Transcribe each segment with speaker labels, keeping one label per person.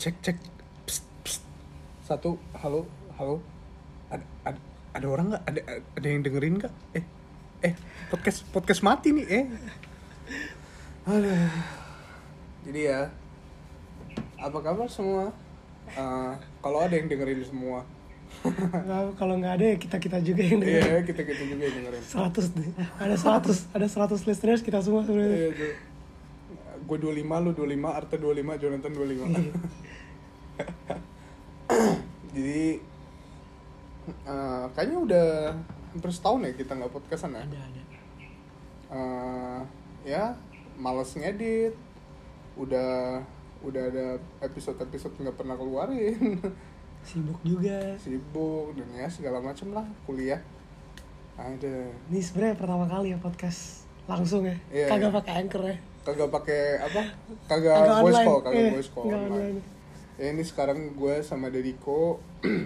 Speaker 1: Cek. Psst, psst. Satu, halo. Ada orang nggak? Ada yang dengerin nggak? Podcast mati nih. Aduh. Jadi ya, apa kabar semua? Kalau ada yang dengerin semua.
Speaker 2: Kalau nggak ada ya kita juga yang dengerin.
Speaker 1: Iya, kita juga yang dengerin.
Speaker 2: 100 nih. Ada 100 listeners kita semua sebenarnya.
Speaker 1: Iya, gue 25, lu 25, Arta 25, Jonathan 25. Jadi kayaknya udah hampir setahun ya kita nggak podcastan ya.
Speaker 2: Ada.
Speaker 1: Ya males ngedit, udah ada episode nggak pernah keluarin.
Speaker 2: Sibuk juga.
Speaker 1: Sibuk dan ya segala macem lah, kuliah. Ada.
Speaker 2: Ini sebenarnya pertama kali ya podcast langsung ya.
Speaker 1: Iya.
Speaker 2: Kagak pakai Anchor ya.
Speaker 1: Kagak pakai apa? Kagak voice call, voice call
Speaker 2: Nggak
Speaker 1: online.
Speaker 2: online.
Speaker 1: Ya ini sekarang gue sama Dediko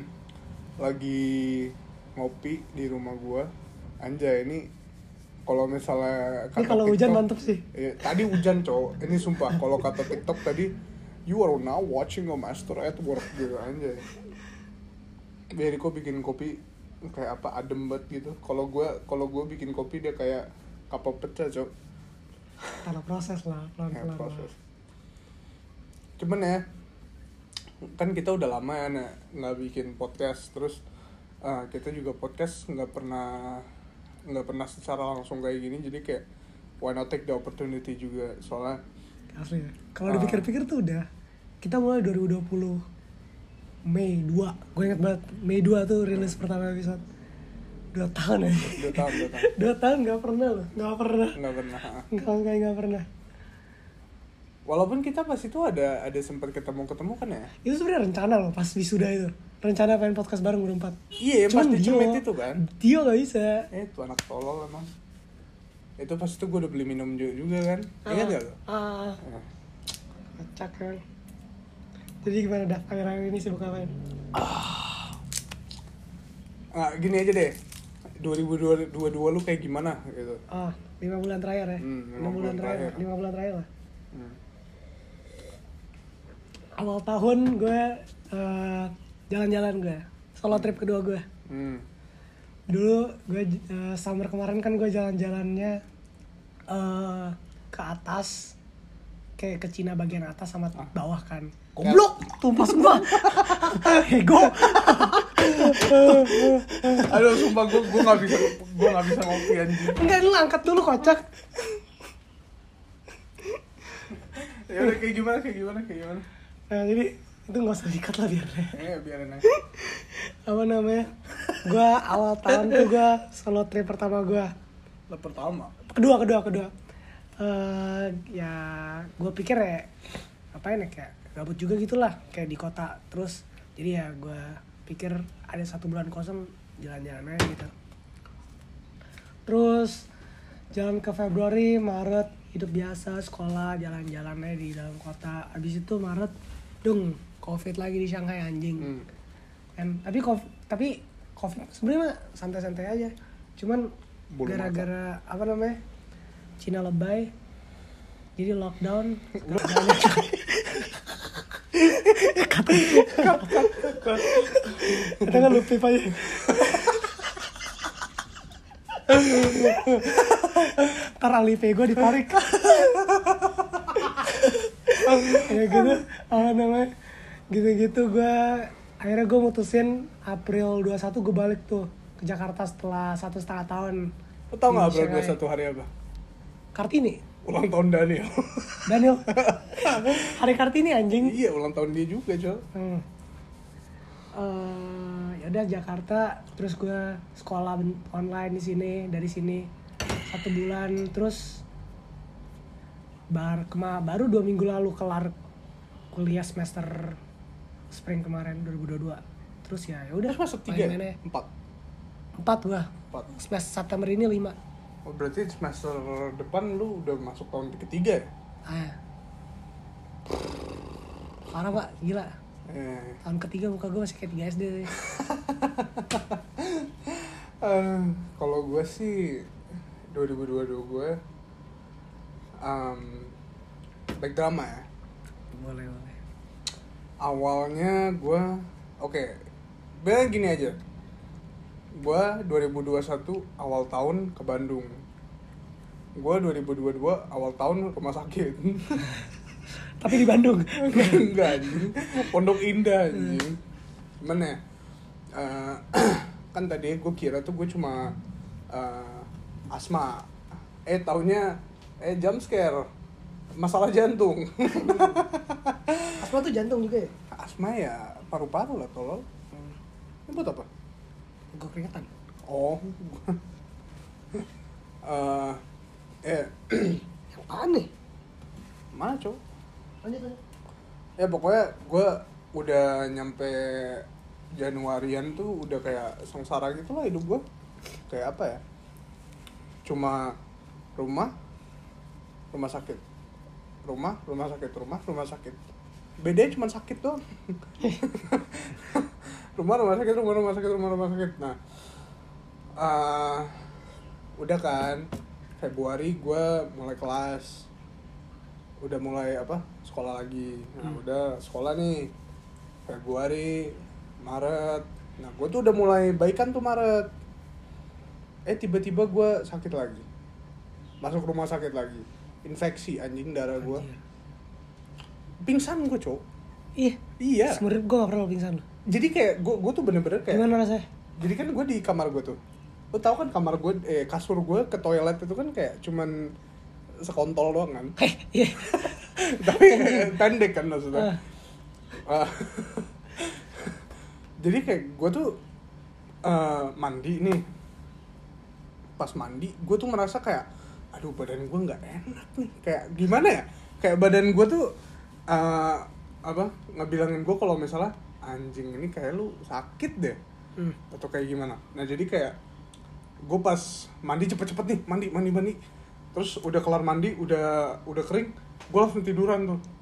Speaker 1: lagi ngopi di rumah gue. Anjay, ini kalau misalnya
Speaker 2: Ini kalau hujan mantep sih.
Speaker 1: Tadi hujan cowok. Ini sumpah kalau kata TikTok tadi, you are now watching a master at work gitu. Anjay. Dediko bikin kopi kayak apa, adem banget gitu. Kalau gue bikin kopi dia kayak kapal pecah cowok.
Speaker 2: Karena proses lah, pelan-pelan.
Speaker 1: Proses. Cuman ya, kan kita udah lama ya nggak bikin podcast. Terus kita juga podcast nggak pernah secara langsung kayak gini. Jadi kayak why not take the opportunity juga, soalnya
Speaker 2: Asli ya. Kalau dipikir-pikir tuh udah, kita mulai 2020 Mei 2. Gue inget banget Mei 2 tuh rilis pertama episode. 2 tahun ya. 2 tahun gak pernah loh. Gak pernah. Gak pernah.
Speaker 1: Walaupun kita pas itu ada sempat ketemu kan ya.
Speaker 2: Itu sebenarnya rencana loh pas wisuda itu. Rencana pengen podcast bareng berempat.
Speaker 1: Iya, pas di Cemit itu kan.
Speaker 2: Dio gak bisa.
Speaker 1: Itu anak tolol emang. Itu pas itu gue udah beli minum juga kan. Ingat gak lo?
Speaker 2: Kocak kan. Jadi gimana dah akhir-akhir ini sibuk ngapain?
Speaker 1: Gini aja deh. 2022 lu kayak gimana gitu.
Speaker 2: 5 bulan terakhir ya. 5 bulan terakhir lah. Awal tahun gue jalan-jalan gue. Solo trip kedua gue. Dulu gue summer kemarin kan gue jalan-jalannya ke atas, kayak ke Cina bagian atas sama bawah kan. Goblok, tumpah semua. Ego.
Speaker 1: Aduh, sumpah gue nggak bisa ngopi anjing.
Speaker 2: Enggak, lu angkat dulu kocak.
Speaker 1: Ya udah kayak gimana?
Speaker 2: Nah, jadi itu nggak usah dikat lah
Speaker 1: Biarin aja.
Speaker 2: Apa namanya? Gue awal tahun tuh gue solo trip pertama gue. Kedua. Ya gue pikir ya ngapain ya, kayak gabut juga gitulah, kayak di kota. Terus jadi ya gue pikir ada 1 bulan kosong, jalan-jalan aja gitu. Terus jalan ke Februari, Maret hidup biasa, sekolah, jalan-jalan aja di dalam kota. Abis itu Maret COVID lagi di Shanghai anjing. Tapi COVID sebenarnya santai-santai aja. Cuman gara-gara apa namanya? Cina lebay. Jadi lockdown. Kita kan lupa aja. Ntar Alipay gue ditarik. Ya gitu, apa namanya, gitu gue akhirnya gue mutusin April 21 gue balik tuh ke Jakarta setelah 1,5 tahun.
Speaker 1: Lo tau gak April 21 hari apa?
Speaker 2: Kartini.
Speaker 1: Ulang tahun Daniel.
Speaker 2: Hari Kartini anjing.
Speaker 1: Iya, ulang tahun dia juga coy.
Speaker 2: Ya udah Jakarta, terus gue sekolah online di sini, dari sini 1 bulan, terus baru 2 minggu lalu kelar kuliah semester spring kemarin 2022. Terus ya udah
Speaker 1: masuk 3 ya? 4
Speaker 2: gua. Semester September ini 5.
Speaker 1: Oh, berarti semester depan lu udah masuk tahun ketiga ya?
Speaker 2: Parah pak, gila. Tahun ketiga muka gue masih kayak 3 SD.
Speaker 1: Kalau gue sih 2022 gue back drama ya.
Speaker 2: Boleh.
Speaker 1: Awalnya gue, oke, bilang gini aja. Gue 2021 awal tahun ke Bandung. Gue 2022 awal tahun rumah sakit.
Speaker 2: Tapi di Bandung.
Speaker 1: Enggak anjing. Pondok Indah anjing. Cuman ya, kan tadi gue kira tuh gue cuma asma. Taunya jump scare. Masalah jantung.
Speaker 2: Asma tuh jantung juga ya?
Speaker 1: Asma ya paru-paru lah tolol. Ini buat apa?
Speaker 2: Gue keringetan.
Speaker 1: Oh.
Speaker 2: Yang aneh.
Speaker 1: Mana cowok?
Speaker 2: Lanjut.
Speaker 1: Ya pokoknya gue udah nyampe Januarian tuh udah kayak sengsara gitu lah hidup gue. Kayak apa ya? Cuma rumah sakit. Rumah sakit. Bedanya cuma sakit doang. rumah sakit. Nah, udah kan Februari gue mulai kelas, udah mulai sekolah lagi. Nah udah sekolah nih Februari, Maret. Nah gue tuh udah mulai baikan tuh Maret. Tiba-tiba gue sakit lagi, masuk rumah sakit lagi, infeksi anjing darah gue, pingsan gue cowok. Iya.
Speaker 2: Seumur hidup gue gak pernah pingsan.
Speaker 1: Jadi kayak gue tuh bener-bener kayak.
Speaker 2: Gimana rasanya?
Speaker 1: Jadi kan gue di kamar gue tuh. Lo tau kan kamar gue, kasur gue ke toilet itu kan kayak cuman sekontol doang kan.
Speaker 2: Iya.
Speaker 1: Tapi pendek kan maksudnya. Jadi kayak gue tuh mandi nih. Pas mandi gue tuh merasa kayak aduh badan gue nggak enak nih. Kayak gimana ya? Kayak badan gue tuh ngebilangin gue kalau misalnya anjing ini kayak lu sakit deh. Atau kayak gimana. Nah jadi kayak gue pas mandi cepet-cepet nih, mandi terus udah kelar mandi, udah kering, gue langsung tiduran.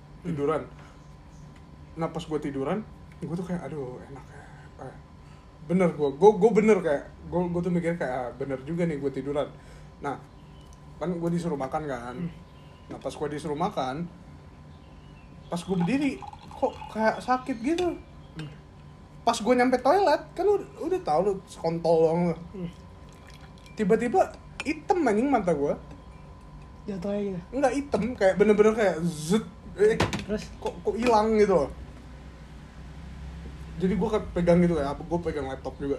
Speaker 1: Nah pas gue tiduran, gue tuh kayak aduh enak ya, bener gue bener kayak gue tuh mikir kayak bener juga nih gue tiduran. Nah kan gue disuruh makan kan. Nah pas gue disuruh makan, pas gue berdiri kok kayak sakit gitu. Pas gue nyampe toilet kan udah tau lu sekontol doang lu. Tiba-tiba hitam anjing mata gue.
Speaker 2: Jatuh aja gitu.
Speaker 1: Enggak hitam, kayak bener-bener kayak zut.
Speaker 2: Terus
Speaker 1: Kok hilang gitu loh. Jadi gue pegang gitu kayak gue pegang laptop juga.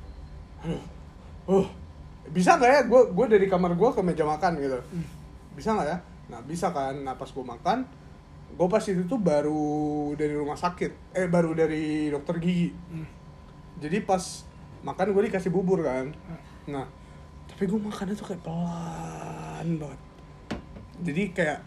Speaker 1: Bisa nggak ya gue dari kamar gue ke meja makan gitu. Bisa nggak ya? Nah bisa kan. Nah pas gue makan, gue pas itu tuh baru dari rumah sakit, baru dari dokter gigi. Jadi pas makan gue dikasih bubur kan. Nah tapi gue makannya tuh kayak pelan banget. Jadi kayak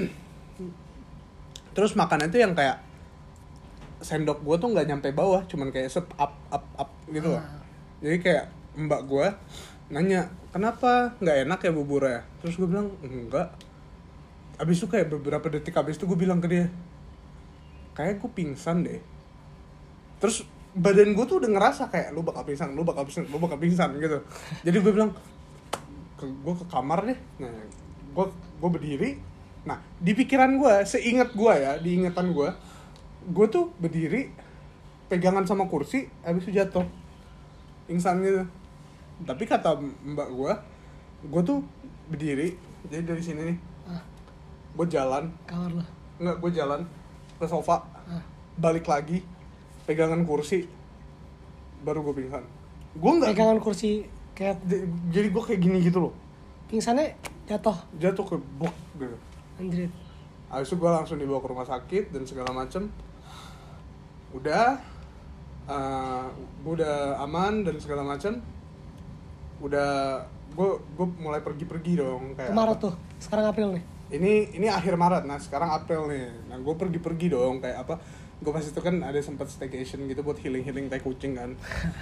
Speaker 1: terus makannya tuh yang kayak sendok gue tuh nggak nyampe bawah, cuman kayak up gitu loh. Jadi kayak mbak gue nanya kenapa nggak enak ya buburnya. Terus gue bilang enggak. Abis itu kayak beberapa detik abis itu gue bilang ke dia kayak gue pingsan deh. Terus badan gue tuh udah ngerasa kayak lu bakal pingsan gitu. Jadi gue bilang gue ke kamar deh. Nah gue berdiri. Nah di pikiran gue, seingat gue ya, di ingatan gue tuh berdiri pegangan sama kursi, abis itu jatuh pingsan gitu. Tapi kata mbak gue tuh berdiri, jadi dari sini nih gue jalan
Speaker 2: kamar lo.
Speaker 1: Enggak, gue jalan ke sofa, balik lagi pegangan kursi, baru gue pingsan. Gue nggak
Speaker 2: pegangan kursi kayak
Speaker 1: jadi gue kayak gini gitu loh.
Speaker 2: pingsannya jatuh
Speaker 1: Ke blok gitu.
Speaker 2: anjrit.
Speaker 1: Habis itu gue langsung dibawa ke rumah sakit dan segala macem. Udah gue udah aman dan segala macem. Udah gue mulai pergi dong kayak
Speaker 2: Maret tuh, sekarang April nih.
Speaker 1: Ini akhir Maret, nah sekarang April nih. Nah gue pergi dong kayak apa. Gue pas itu kan ada sempat staycation gitu buat healing tai kucing kan.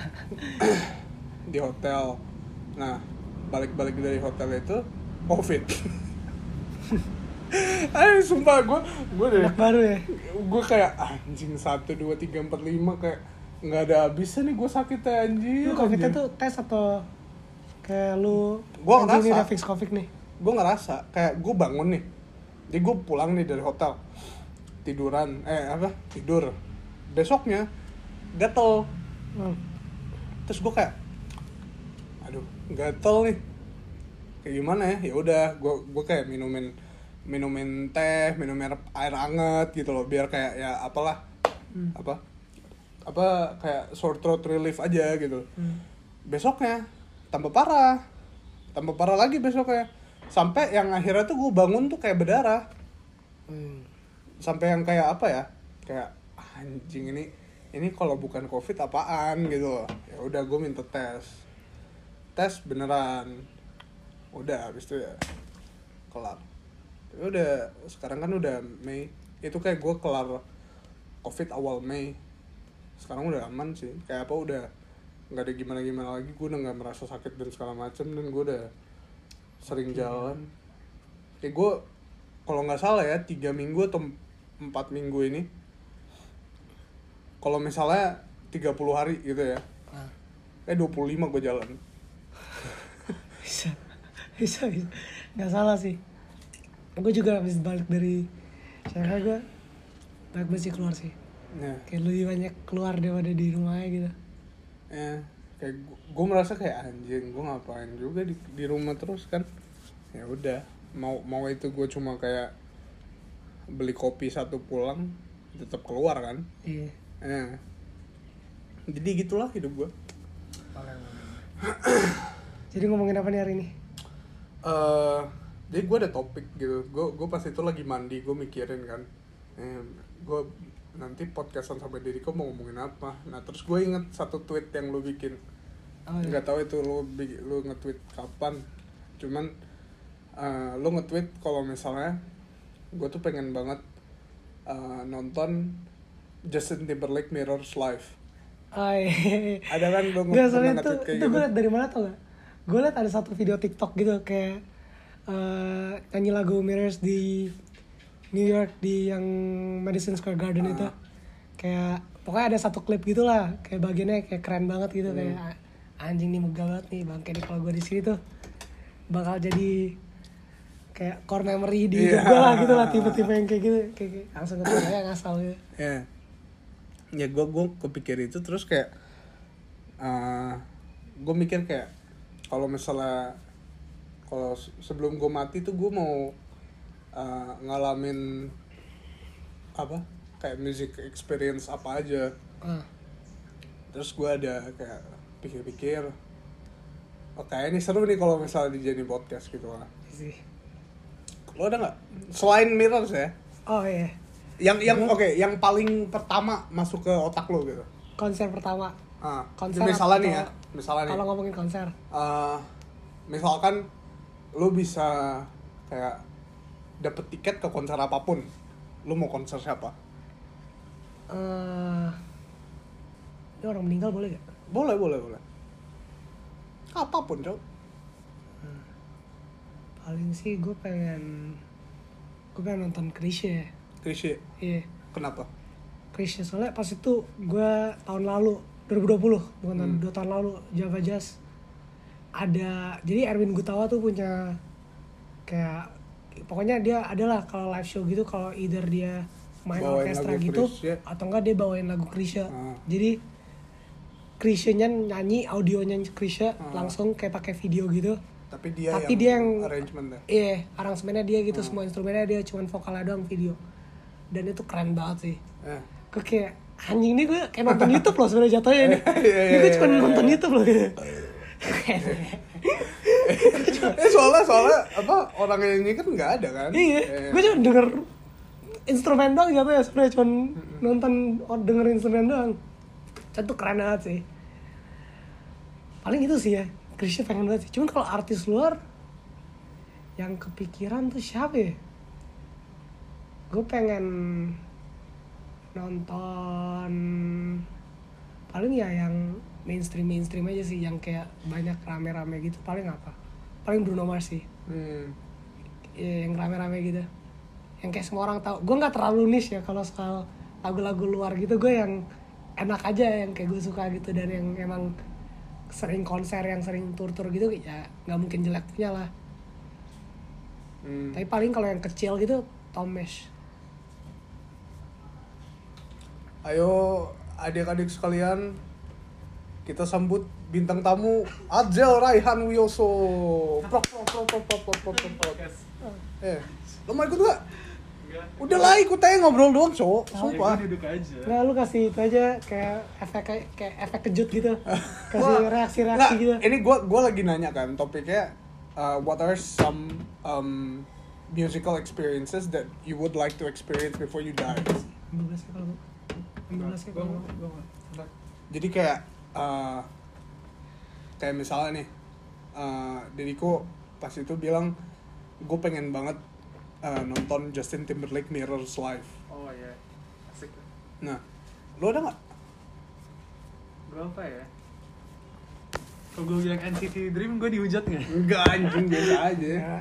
Speaker 1: Di hotel. Nah balik dari hotel itu COVID. Sumpah gue deh.
Speaker 2: Anak baru ya.
Speaker 1: Gue kayak anjing 1, 2, 3, 4, 5 kayak nggak ada habisnya nih gue sakit ya anjing.
Speaker 2: Lu COVID-nya tuh tes atau kayak lu
Speaker 1: Gua
Speaker 2: anjing
Speaker 1: ngerasa.
Speaker 2: udah fix COVID nih?
Speaker 1: Gue ngerasa kayak gue bangun nih. Jadi gue pulang nih dari hotel. Tidur. besoknya gatel.
Speaker 2: Hmm.
Speaker 1: Terus gue kayak aduh gatel nih, kayak gimana ya. Ya udah gue kayak minumin teh, minumin air anget gitu loh, biar kayak ya apalah apa kayak sore throat relief aja gitu. Besoknya tambah parah lagi besoknya, sampai yang akhirnya tuh gue bangun tuh kayak berdarah. Sampai yang kayak apa ya, kayak anjing ini kalau bukan covid apaan gitu. Ya udah gue minta tes beneran, udah habis itu ya kelar. Ya udah sekarang kan udah Mei, itu kayak gue kelar covid awal Mei. Sekarang udah aman sih, kayak apa udah nggak ada gimana lagi. Gue udah nggak merasa sakit dan segala macem, dan gue udah sering jalan. Kayak gue kalau nggak salah ya 3 minggu atau 4 minggu ini, kalau misalnya 30 hari gitu ya, 25 gue jalan.
Speaker 2: bisa nggak salah sih. Gue juga habis balik dari Shanghai, gue banyak banget sih keluar sih. Kayak lebih banyak keluar daripada di rumahnya gitu.
Speaker 1: Kayak gue merasa kayak anjing, gue ngapain juga di rumah terus kan. Ya udah, mau itu gue cuma kayak beli kopi satu pulang, tetap keluar kan.
Speaker 2: Iya.
Speaker 1: Jadi gitulah hidup gue.
Speaker 2: Jadi ngomongin apa nih hari ini?
Speaker 1: Jadi gue ada topik gitu. Gue pas itu lagi mandi, gue mikirin kan, gue nanti podcastan sama Dediko mau ngomongin apa. Nah terus gue inget satu tweet yang lu bikin. Nggak tahu itu lu nge-tweet kapan. Cuman lu nge-tweet kalau misalnya gue tuh pengen banget nonton Justin Timberlake Mirror's Live. Ada kan lu
Speaker 2: nge-tweet kayak gitu? Itu gue liat dari mana tau gak? Gue liat ada satu video TikTok gitu kayak nyanyi lagu Mirrors di New York di yang Madison Square Garden itu. Kayak pokoknya ada satu klip gitulah, kayak bagiannya kayak keren banget gitu. Kayak anjing nih megah banget nih bangke nih, kalau gue di sini tuh bakal jadi kayak core memory di hidup gue lah gitu lah, tipe-tipe yang kayak gitu, kayak langsung ketemu ya ngasal gitu.
Speaker 1: Ya gue kepikir itu terus kayak gue mikir kayak kalau misalnya kalau sebelum gue mati tuh gue mau ngalamin apa kayak music experience apa aja. Terus gue ada kayak pikir-pikir, ini seru nih kalau misalnya dijadiin podcast gitu lah. Lo ada nggak selain Mirrors ya?
Speaker 2: Oh iya.
Speaker 1: Yang paling pertama masuk ke otak lo gitu.
Speaker 2: Konser pertama. Konser
Speaker 1: misalnya nih ya, misalnya
Speaker 2: kalau ngomongin konser.
Speaker 1: Misalkan lo bisa kayak dapet tiket ke konser apapun, lo mau konser siapa?
Speaker 2: Ini orang meninggal boleh gak?
Speaker 1: Boleh. Apapun, Cok.
Speaker 2: Paling sih gue pengen nonton Chrisye.
Speaker 1: Chrisye?
Speaker 2: Iya.
Speaker 1: Kenapa?
Speaker 2: Chrisye soalnya pas itu gue tahun lalu 2020, bukan 2 tahun lalu, Java Jazz ada. Jadi Erwin Gutawa tuh punya kayak, pokoknya dia adalah kalau live show gitu, kalau either dia main orkestra gitu Chrisye, atau enggak dia bawain lagu Chrisye. Jadi Chrisye-nya nyanyi, audionya Chrisye langsung kayak pakai video gitu. Tapi dia yang arrangementnya. Iya, aransemennya dia gitu, semua instrumennya dia, cuman vokalnya doang video. Dan itu keren banget sih. Gue kayak anjing nih, gue kayak nonton YouTube loh sebenarnya jatuhnya ini. Gue cuma nonton YouTube loh gitu.
Speaker 1: Soalnya apa orang ini kan nggak ada kan?
Speaker 2: Iya, gue cuma denger instrumen doang jatuhnya, sebenarnya cuma nonton denger instrumen doang. Itu keren banget sih. Paling itu sih ya, Chrisye pengen banget sih. Cuman kalau artis luar yang kepikiran tuh siapa ya? Gue pengen nonton paling ya yang mainstream aja sih, yang kayak banyak rame-rame gitu. Paling apa? Paling Bruno Mars sih. Ya, yang rame-rame gitu, yang kayak semua orang tahu. Gue nggak terlalu niche ya kalau soal lagu-lagu luar gitu. Gue yang enak aja, yang kayak gue suka gitu, dan yang emang sering konser, yang sering tur-tur gitu, ya nggak mungkin jelek punya lah. Tapi paling kalau yang kecil gitu, Tom Mesh.
Speaker 1: Ayo adik-adik sekalian, kita sambut bintang tamu Adzel Raihan Wioso. Prok. Lo mau ikut gak?
Speaker 3: Enggak.
Speaker 1: Udah lah ikut aja ngobrol doang, cowok. Sumpah.
Speaker 3: Gue duduk aja.
Speaker 2: Nah, lu kasih itu aja kayak efek kejut gitu. Kasih reaksi-reaksi
Speaker 1: Nggak,
Speaker 2: gitu.
Speaker 1: ini gue lagi nanya kan topiknya what are some musical experiences that you would like to experience before you die.
Speaker 2: 15 kalau mau. 15 kalau mau.
Speaker 1: Jadi kayak misalnya nih Dediko pas itu bilang gue pengen banget nonton Justin Timberlake Mirrors live.
Speaker 3: Oh iya, asik.
Speaker 1: Nah, lo ada nggak?
Speaker 3: Gue apa ya? Kalau gue bilang NCT Dream, gue dihujat nggak?
Speaker 1: Enggak, anjing biasa aja.
Speaker 2: Ya,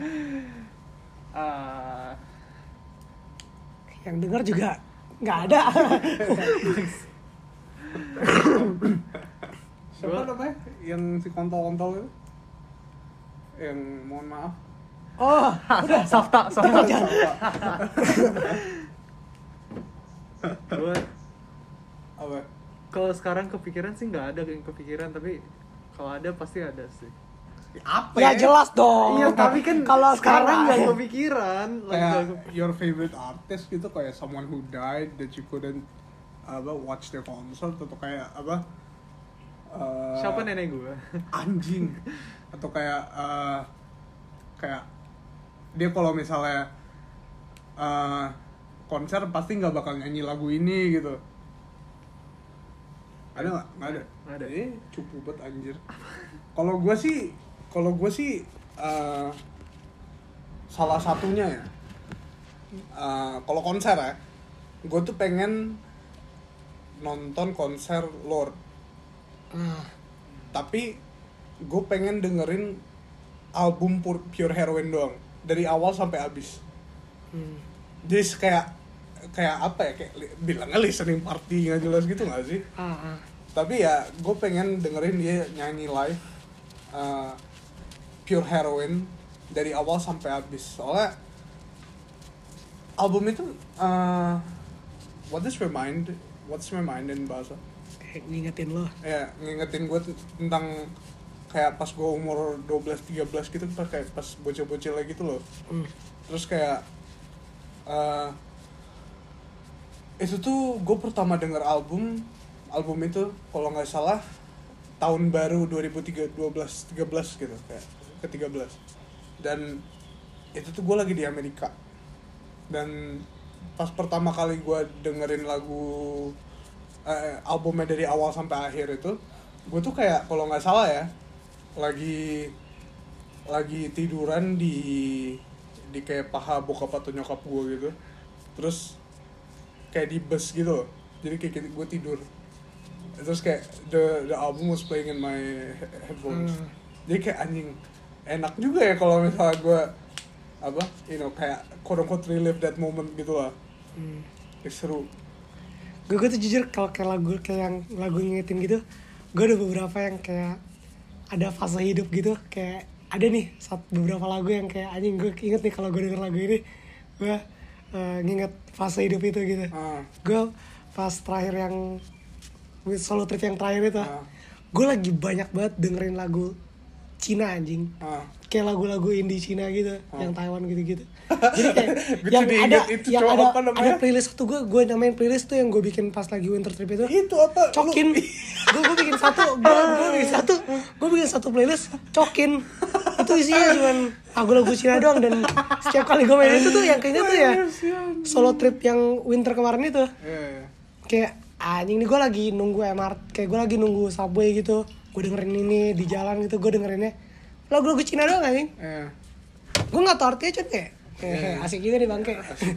Speaker 3: Ah,
Speaker 2: yang denger juga nggak ada.
Speaker 1: Siapa namanya? Yang si kontol-kontol itu? Yang mohon maaf.
Speaker 2: Oh, udah
Speaker 3: Safta. Gue
Speaker 1: Apa?
Speaker 3: kalau sekarang kepikiran sih nggak ada yang kepikiran, tapi kalau ada pasti ada sih.
Speaker 1: Apa
Speaker 2: Ya jelas dong.
Speaker 3: Iya, tapi kan
Speaker 2: kalau
Speaker 3: sekarang nggak
Speaker 2: sekarang
Speaker 3: kepikiran.
Speaker 1: Kayak your favorite artist gitu, kayak someone who died that you couldn't watch their concert, atau kayak apa?
Speaker 3: Siapa nenek gue?
Speaker 1: Anjing. Atau kayak kayak dia kalau misalnya konser pasti nggak bakal nyanyi lagu ini gitu. Ada nggak? Nggak ada.
Speaker 3: Nggak ada.
Speaker 1: Cupu banget anjir. Kalau gue sih salah satunya ya. Kalau konser ya, gue tuh pengen nonton konser Lord. Tapi gue pengen dengerin album Pure Heroine doang dari awal sampai habis. Jadi kayak apa ya, kayak bilangnya listening party nggak jelas gitu nggak sih? Tapi ya gue pengen dengerin dia nyanyi live Pure Heroine dari awal sampai habis. Soalnya album itu what's my mind in bahasa?
Speaker 2: kayak ngingetin lo.
Speaker 1: Ya, ngingetin gue tentang kayak pas gue umur 12-13 gitu, kayak pas bocil-bocil lagi gitu loh. Terus kayak itu tuh gue pertama denger album itu kalau nggak salah tahun baru 2013 gitu, kayak ke-13. Dan itu tuh gue lagi di Amerika. Dan pas pertama kali gue dengerin lagu albumnya dari awal sampai akhir itu, gue tuh kayak kalau nggak salah ya lagi tiduran di kayak paha bokap atau nyokap gue gitu, terus kayak di bus gitu loh, jadi kayak gue tidur, terus kayak the album was playing in my headphones. Jadi kayak anjing enak juga ya kalau misalnya gue kayak quote-unquote relive that moment gitu lah. Kayak seru.
Speaker 2: Gue tuh jujur kalau kayak yang lagu ngingetin gitu, gue ada beberapa yang kayak ada fase hidup gitu, kayak ada nih beberapa lagu yang kayak anjing gue inget nih kalau gue denger lagu ini gue nginget fase hidup itu gitu. Gue pas terakhir yang solo trip yang terakhir itu, gue lagi banyak banget dengerin lagu Cina anjing, kayak lagu-lagu indie Cina gitu, yang Taiwan gitu-gitu. Jadi kayak yang ada playlist tuh gue namain playlist tuh yang gue bikin pas lagi winter trip itu.
Speaker 1: Itu apa?
Speaker 2: Cokin. Gue bikin satu playlist Cokin. Itu isinya cuman lagu-lagu Cina doang, dan setiap kali gue main itu tuh yang kayaknya tuh ya solo trip yang winter kemarin itu. Kayak anjing nih gue lagi nunggu MRT, kayak gue lagi nunggu subway gitu. Gue dengerin ini di jalan gitu, gue dengerinnya lagu-lagu Cina doang anjing. Gue nggak tau artinya cuman kayak asik juga nih bangke.
Speaker 1: Asik.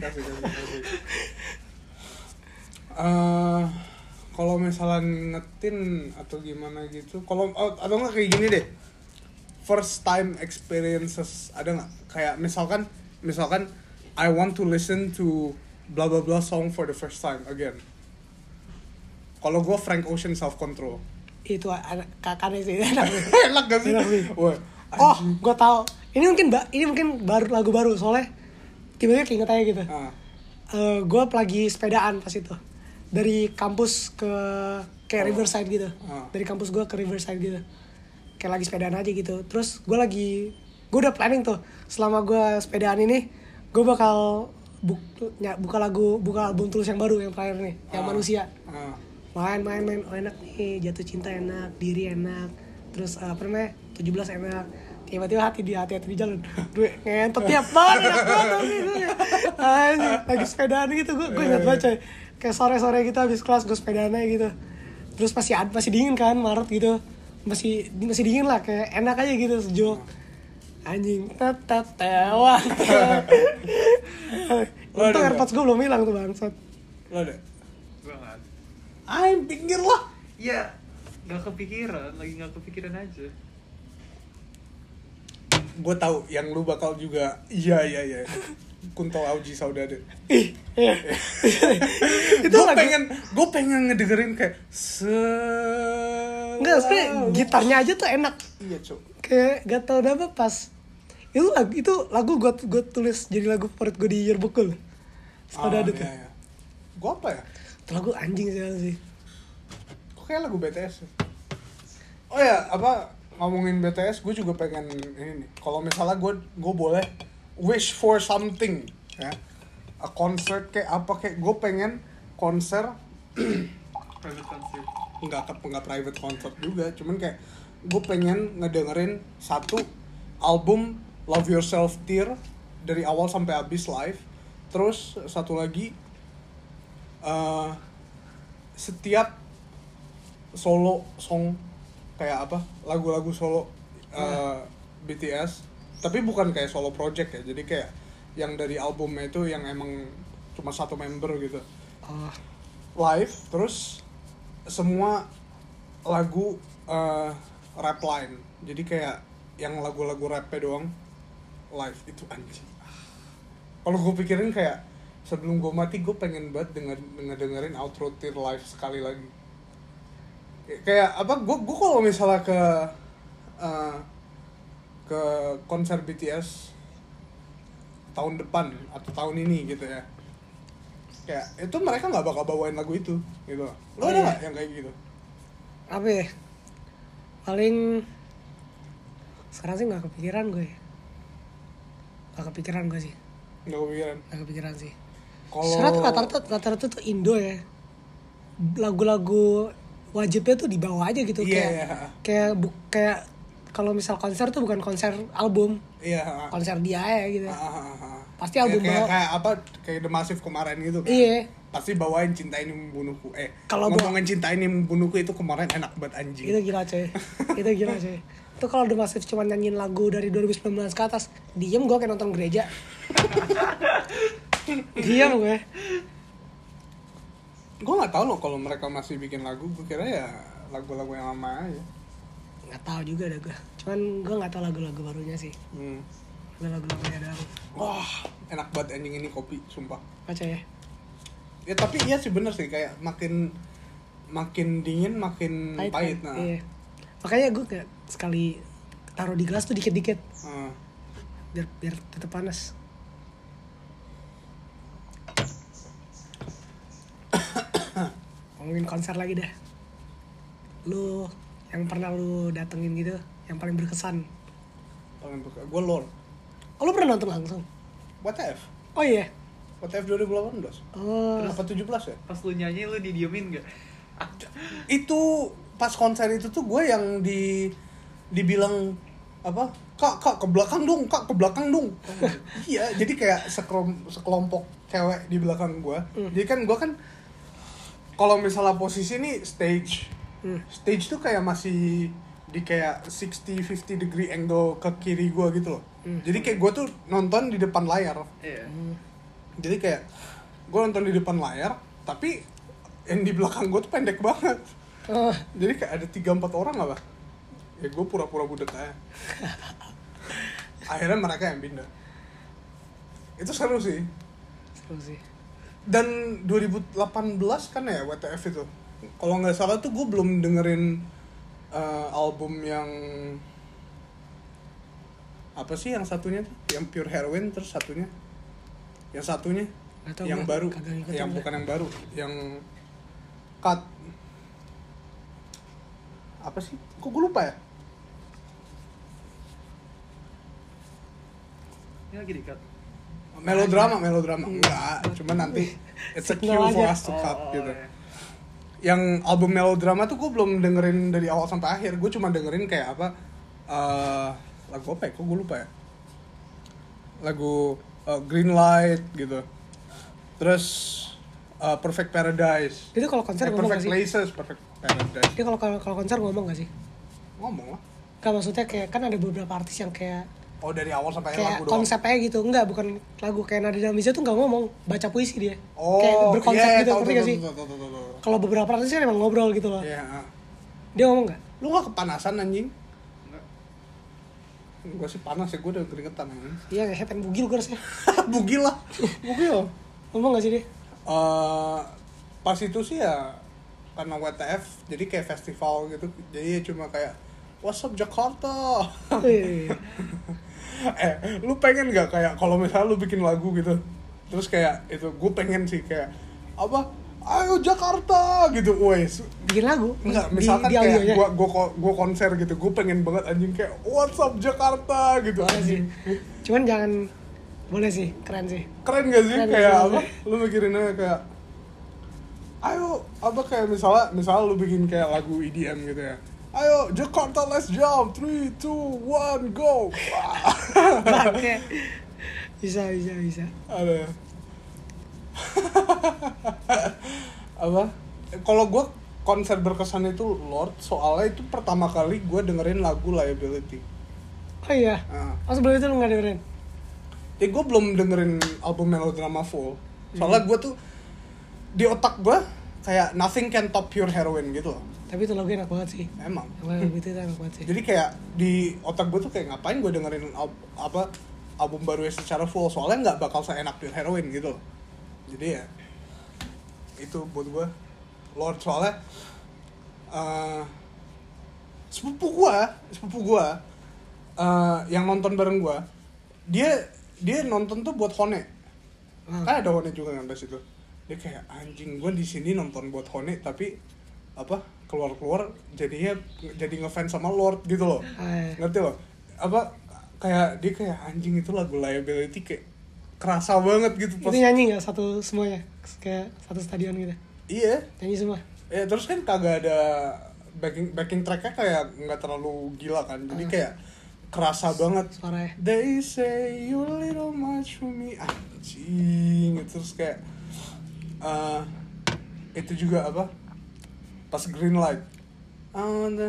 Speaker 1: Kalau misalnya ngetin atau gimana gitu, kalau atau nggak kayak gini deh, first time experiences ada nggak? Kayak misalkan I want to listen to blah blah blah song for the first time again. Kalau gue Frank Ocean Self Control.
Speaker 2: Itu kakaknya sih.
Speaker 1: Enak gak sih?
Speaker 2: Oh, gue tau. Ini mungkin lagu baru, soalnya tiba-tiba keinget aja gitu. Gue lagi sepedaan pas itu. dari kampus ke kayak Riverside gitu. Dari kampus gue ke Riverside gitu. Kayak lagi sepedaan aja gitu. Terus gue udah planning tuh selama gue sepedaan ini gue bakal buka album Tulus yang baru yang terakhir nih, yang Manusia. Main oh enak nih, Jatuh Cinta enak, Diri enak, terus 17 enak. Tiba-tiba hati di jalan gue ngentot tiap banget enak banget lagi sepedaan gitu. Gue ingat banget coy, kayak sore-sore gitu habis kelas gue sepedaan aja gitu. Terus masih dingin kan, Maret gitu, masih dingin lah, kayak enak aja gitu, sejuk. Anjing, wah. Untung AirPods gue belum hilang tuh bangsat.
Speaker 1: Lo ada?
Speaker 3: Gue nggak ada.
Speaker 1: Pinggir lah.
Speaker 3: Iya, nggak kepikiran aja.
Speaker 1: Gue tahu yang lu bakal juga. Iya. Kunto Aji Saudade. Gue pengen ngedengerin kayak
Speaker 2: enggak, sebenernya gitarnya aja tuh enak.
Speaker 1: Iya cok.
Speaker 2: Kayak gak tau kenapa pas itu lagu gue tulis jadi lagu favorit gue di yearbook gue. Saudade tuh.
Speaker 1: Iya. Gue apa ya?
Speaker 2: Itu lagu anjing sih.
Speaker 1: Kok kayak lagu BTS ya? Oh ya, ngomongin BTS, gue juga pengen ini nih. Kalau misalnya gue boleh wish for something, ya, a concert kayak apa, kayak gue pengen konser
Speaker 3: Private concert.
Speaker 1: nggak private concert juga, cuman kayak gue pengen ngedengerin satu album Love Yourself Tear dari awal sampai habis live. Terus satu lagi setiap solo song kayak lagu-lagu solo BTS, tapi bukan kayak solo project ya, jadi kayak yang dari albumnya itu yang emang cuma satu member gitu live. Terus semua lagu rap line, jadi kayak yang lagu-lagu rapnya doang live. Itu anjing. Kalau gue pikirin kayak sebelum gue mati, gue pengen banget dengerin Outro Tear live sekali lagi. Kayak gue kalau misalnya ke konser BTS tahun depan atau tahun ini gitu ya, kayak itu mereka nggak bakal bawain lagu itu gitu. Lo ada nggak yang kayak gitu?
Speaker 2: Apa ya? Paling sekarang sih nggak kepikiran gue sih. Nggak kepikiran sih. Kalau rata-rata tuh Indo ya, lagu-lagu wajibnya tuh dibawa aja gitu. Kayak kalau misal konser tuh bukan konser album, konser dia ya gitu. Pasti album
Speaker 1: kayak The Massive kemarin gitu kan.
Speaker 2: Iya.
Speaker 1: Pasti bawain Cinta Ini Membunuhku.
Speaker 2: Kalau
Speaker 1: ngomongin Cinta Ini Membunuhku itu kemarin enak banget anjing.
Speaker 2: Itu gila coy. Itu kalau The Massive cuma nyanyiin lagu dari 2019 ke atas, diem gue kayak nonton gereja. Diam gue.
Speaker 1: Gue nggak tahu loh kalau mereka masih bikin lagu. Gue kira ya lagu-lagu yang lama aja.
Speaker 2: Nggak tahu juga dah gue. Cuman gue nggak tahu lagu-lagu barunya sih. Lagu-lagunya doang.
Speaker 1: Wah, enak banget anjing ini kopi, sumpah.
Speaker 2: Baca ya.
Speaker 1: Ya tapi iya sih bener sih, kayak makin dingin makin pahit. Nah.
Speaker 2: Iya. Makanya gue kayak sekali taruh di gelas tuh dikit-dikit. Biar tetap panas. Ngomongin konser lagi dah. Lu yang pernah lu datengin gitu, yang paling berkesan.
Speaker 1: Gue LOL.
Speaker 2: Oh, lu pernah nonton langsung?
Speaker 1: WTF?
Speaker 2: Oh iya.
Speaker 1: WTF 2018.
Speaker 2: Oh.
Speaker 1: Apa 17 ya?
Speaker 3: Pas lu nyanyi lu didiemin gak?
Speaker 1: Itu pas konser itu tuh gue yang dibilang kak ke belakang dong. Iya, jadi kayak sekelompok cewek di belakang gue. Jadi kan gue kan kalau misalnya posisi ini stage tuh kayak masih di kayak 60-50 degree angle ke kiri gue gitu loh. Jadi kayak gue tuh nonton di depan layar. Jadi kayak gue nonton di depan layar, tapi yang di belakang gue tuh pendek banget. Jadi kayak ada 3-4 orang apa? Ya gue pura-pura budek aja. Akhirnya mereka yang pindah. Itu seru sih. Dan 2018 kan ya WTF itu. Kalau nggak salah tuh gue belum dengerin album yang apa sih yang satunya tuh, yang Pure Heroin, terus yang satunya yang baru, yang bukan yang baru, yang cut apa sih? Kok gue lupa ya?
Speaker 3: Ini lagi di-cut.
Speaker 1: Melodrama enggak, cuma nanti it's a cue
Speaker 2: Signal
Speaker 1: for
Speaker 2: aja.
Speaker 1: us to cut gitu.
Speaker 3: Iya.
Speaker 1: Yang album Melodrama tuh gue belum dengerin dari awal sampai akhir, gue cuma dengerin kayak apa lagu apa ya? Kok gue lupa ya? Lagu Green Light gitu. Terus Perfect Paradise.
Speaker 2: Itu kalau konser ngomong
Speaker 1: Perfect
Speaker 2: gak sih?
Speaker 1: Places, Perfect Paradise.
Speaker 2: Dia kalau konser ngomong gak sih?
Speaker 1: Ngomong lah.
Speaker 2: Kan maksudnya kayak kan ada beberapa artis yang kayak
Speaker 1: Oh dari awal sampai akhir
Speaker 2: kayak
Speaker 1: lagu doang.
Speaker 2: konsepnya gitu. Enggak, bukan lagu kayak Nadine Amiza tuh enggak ngomong, baca puisi dia.
Speaker 1: Oh,
Speaker 2: kayak berkonsep
Speaker 1: iya,
Speaker 2: gitu,
Speaker 1: tahu,
Speaker 2: ngerti
Speaker 1: tahu,
Speaker 2: gak sih?
Speaker 1: tahu.
Speaker 2: Kalau beberapa artis kan emang ngobrol gitu loh.
Speaker 1: Iya.
Speaker 2: Dia ngomong gak?
Speaker 1: Lu gak kepanasan anjing?
Speaker 3: Enggak.
Speaker 1: Gue sih panas ya, gue udah keringetan anjing.
Speaker 2: Iya, kayak head and bugil gue rasanya.
Speaker 1: Bugil lah. Bugil.
Speaker 2: Ngomong gak sih dia?
Speaker 1: Pas itu sih ya karena WTF, jadi kayak festival gitu. Jadi ya cuma kayak What's up Jakarta?
Speaker 2: Wih.
Speaker 1: Lu pengen gak kayak kalau misalnya lu bikin lagu gitu, terus kayak itu gue pengen sih kayak apa? Ayo Jakarta gitu, wes.
Speaker 2: Bikin lagu?
Speaker 1: Enggak, misalkan
Speaker 2: di
Speaker 1: kayak
Speaker 2: audionya?
Speaker 1: gua konser gitu, gue pengen banget anjing kayak What's up Jakarta gitu
Speaker 2: Boleh sih.
Speaker 1: anjing.
Speaker 2: Cuman jangan, boleh sih, keren sih.
Speaker 1: Keren gak sih?
Speaker 2: Keren,
Speaker 1: Kayak
Speaker 2: keren.
Speaker 1: apa? Lu mikirinnya kayak ayo apa kayak misalnya lu bikin kayak lagu EDM gitu ya. Ayo Jakarta let's jump 3, 2, 1 go.
Speaker 2: Bangke. Bisa.
Speaker 1: Ada. Apa? Kalau gue konser berkesan itu Lord, soalnya itu pertama kali gue dengerin lagu Liability.
Speaker 2: Oh iya? Oh sebelum itu lu gak dengerin?
Speaker 1: Ya gue belum dengerin album Melodrama full. Soalnya gue tuh di otak gue kayak nothing can top pure heroin gitu loh.
Speaker 2: Tapi itu lagu enak banget sih.
Speaker 1: Emang.
Speaker 2: Lagu itu enak banget sih.
Speaker 1: Jadi kayak di otak gue tuh kayak ngapain gue dengerin album baru secara full, soalnya nggak bakal seenak pure heroin gitu loh. Jadi ya itu buat gue Lord, soalnya sepupu gue yang nonton bareng gue, dia nonton tuh buat Hone. Kan ada Hone juga kan di situ. Dia kayak anjing, gue di sini nonton buat Hone tapi apa keluar jadi ngefans sama Lord gitu loh. Ngerti loh? Apa kayak dia kayak anjing, itu lagu Liability kayak kerasa banget gitu pas.
Speaker 2: Itu nyanyi nggak satu semuanya kayak satu stadion gitu?
Speaker 1: Iya.
Speaker 2: Nyanyi semua.
Speaker 1: Ya terus kan kagak ada backing tracknya, kayak nggak terlalu gila kan, jadi kayak kerasa banget
Speaker 2: suaranya.
Speaker 1: They say you a little much for me, anjing. Terus kayak itu juga apa pas Green Light, I want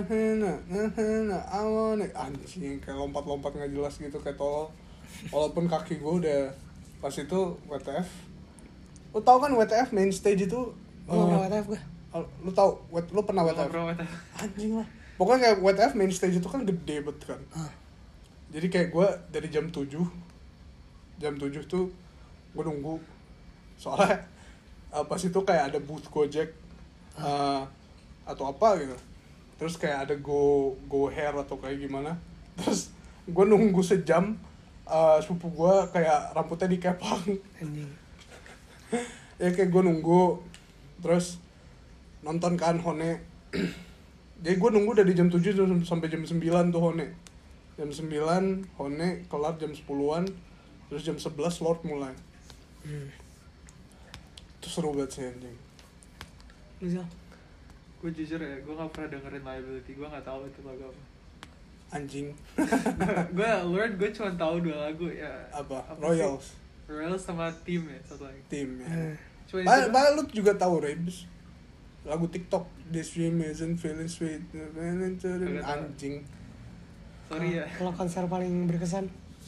Speaker 1: it, anjing kayak lompat nggak jelas gitu kayak tolol. Walaupun kaki gue udah pas itu WTF. Lu tau kan WTF main stage itu?
Speaker 2: Gue pernah WTF gue.
Speaker 1: Lu tau? Lu pernah WTF? Anjing lah. Pokoknya kayak WTF main stage itu kan gede banget kan. Jadi kayak gue dari jam 7 tuh gue nunggu. Soalnya pas itu kayak ada booth Gojek atau apa gitu. Terus kayak ada go hair atau kayak gimana. Terus gue nunggu sejam. Sepupu gue kayak rambutnya dikepang.
Speaker 2: Anjing.
Speaker 1: Ya kayak gue nunggu. Terus nonton kan Hone. Jadi gue nunggu dari jam 7 sampai jam 9 tuh Hone. Jam 9 Hone kelar jam 10-an. Terus jam 11 Lord mulai. Itu seru banget sih anjing.
Speaker 2: Bisa.
Speaker 3: Gue jujur ya, gue gak pernah dengerin Liability, gue gak tahu itu lagu apa.
Speaker 1: Anjing.
Speaker 3: Gue cuma tahu 2 lagu ya.
Speaker 1: Apa?
Speaker 3: Apa
Speaker 1: Royals.
Speaker 3: sih? Royals sama Team ya, satu lagi.
Speaker 1: Tim ya.
Speaker 3: Cuma itu.
Speaker 1: Bahkan lu juga tahu Rebs. Lagu TikTok This dream isn't feeling sweet. Anjing.
Speaker 3: Sorry ya,
Speaker 2: Kalau konser paling berkesan?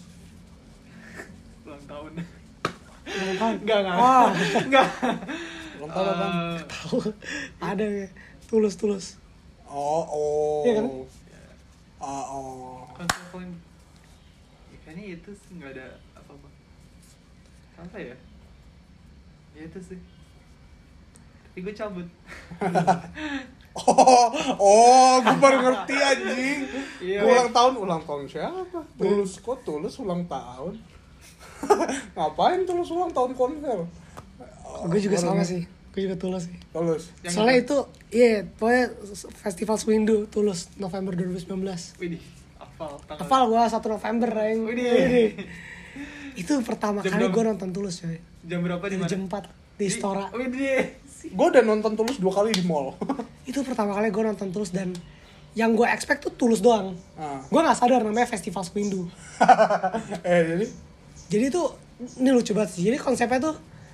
Speaker 3: ulang tahun.
Speaker 2: Ulang tahun?
Speaker 3: Enggak.
Speaker 2: Enggak.
Speaker 1: Ulang tahun apa?
Speaker 2: Tahu. Ada ya. Tulus.
Speaker 1: Oh.
Speaker 2: Iya kan?
Speaker 3: Konser paling ya, kayaknya itu sih nggak ada apa ya? Ya itu sih. Tapi gue cabut.
Speaker 1: Gue baru ngerti anjing.
Speaker 3: Iya,
Speaker 1: Ulang tahun siapa? Tulus ulang tahun. Ngapain Tulus ulang tahun konser?
Speaker 2: Gue juga sama sih. Gue juga Tulus sih.
Speaker 1: Tulus.
Speaker 3: Yang
Speaker 2: Soalnya
Speaker 3: apa?
Speaker 2: itu, iya, pokoknya Festival Swindu Tulus November 2019.
Speaker 3: Widih, hafal tanggal.
Speaker 2: Hafal gue 1 November, Reng.
Speaker 3: Widih.
Speaker 2: Itu pertama
Speaker 3: Jam
Speaker 2: kali
Speaker 3: berapa?
Speaker 2: gue nonton Tulus, coy.
Speaker 3: Jam berapa di mana?
Speaker 2: Jam 4 di Istora.
Speaker 3: Widih.
Speaker 1: Gue udah nonton Tulus 2 kali di mall.
Speaker 2: Itu pertama kali gue nonton Tulus dan yang gue expect tuh Tulus doang.
Speaker 1: Ah.
Speaker 2: Gue nggak sadar namanya Festival Swindu.
Speaker 1: Jadi
Speaker 2: Jadi tuh ini lucu banget sih. Jadi konsepnya tuh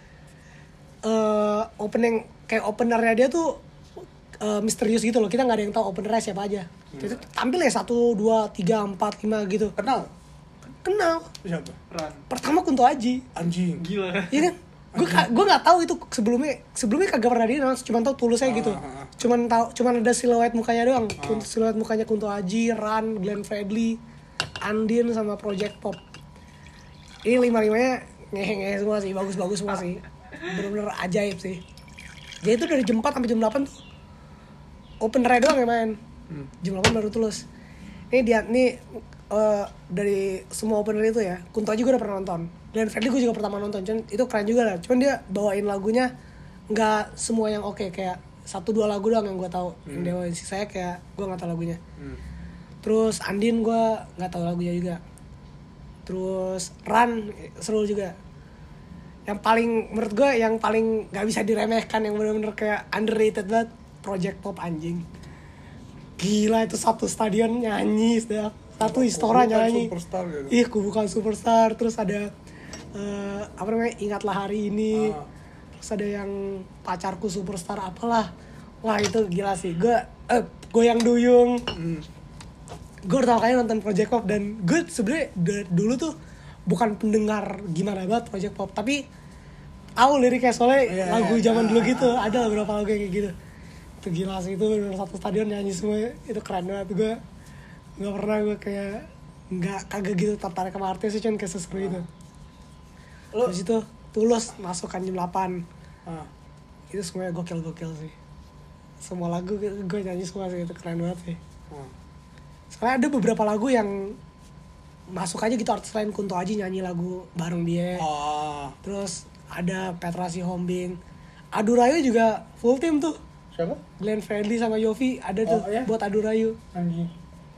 Speaker 2: opening kayak openernya dia tuh misterius gitu loh. Kita nggak ada yang tahu openernya siapa aja. Jadi tuh tampil ya 1, 2, 3, 4, 5 gitu.
Speaker 1: kenal
Speaker 2: Kenal.
Speaker 1: siapa?
Speaker 3: Ran.
Speaker 2: Pertama Kunto Aji.
Speaker 1: Anjing.
Speaker 3: Gila.
Speaker 2: Iya kan? Gue nggak tahu itu sebelumnya kagak pernah dia, cuma tahu Tulusnya gitu. Cuman ada siluet mukanya doang. Siluet mukanya Kunto Aji, Ran, Glenn Fredly, Andin sama Project Pop. Ini 5-5-nya ngehe semua sih, bagus-bagus semua sih. Bener-bener ajaib sih. Jadi itu dari jam 4 sampai jam 8 tuh opener doang yang main. Jam 8 baru Tulus. Ini dari semua opener itu ya, Kunto Aji gue udah pernah nonton. Dan Fredly gue juga pertama nonton, cuman itu keren juga lah. Cuman dia bawain lagunya nggak semua yang oke, kayak 1-2 lagu doang yang gue tahu. Yang dia bawain, sisanya kayak gue nggak tahu lagunya. Terus Andin gue nggak tahu lagunya juga. Terus Ran seru juga. Yang paling menurut gue yang paling nggak bisa diremehkan, yang benar-benar kayak underrated banget, Project Pop anjing. Gila itu satu stadion nyanyi, satu Istora nyanyi.
Speaker 1: Superstar gitu.
Speaker 2: Ih, aku bukan superstar. Terus ada apa namanya, Ingatlah Hari Ini. Terus ada yang Pacarku Superstar apalah. Wah itu gila sih. Gue Goyang Duyung. Gue pertama kali nonton Project Pop dan gue sebenarnya dulu tuh bukan pendengar gimana banget Project Pop, tapi tahu liriknya soalnya lagu zaman dulu gitu. Ada beberapa lagu yang kayak gitu. Itu gila sih, itu bener satu stadion nyanyi semua. Itu keren banget. Gue nggak pernah gue kayak kagak gitu tertarik sama artis sih, cuman kayak seseru itu. Terus itu Tulus masuk kan jam 8. Itu semuanya gokil sih. Semua lagu gue nyanyi semua sih, itu keren banget sih. Soalnya ada beberapa lagu yang masuk aja gitu, artis lain Kunto Aji nyanyi lagu bareng dia. Terus ada Petra Sihombing, Adu Rayu juga full tim tuh.
Speaker 1: Siapa?
Speaker 2: Glenn Fredly sama Yofi ada tuh buat Adu Rayu.
Speaker 1: Anjing.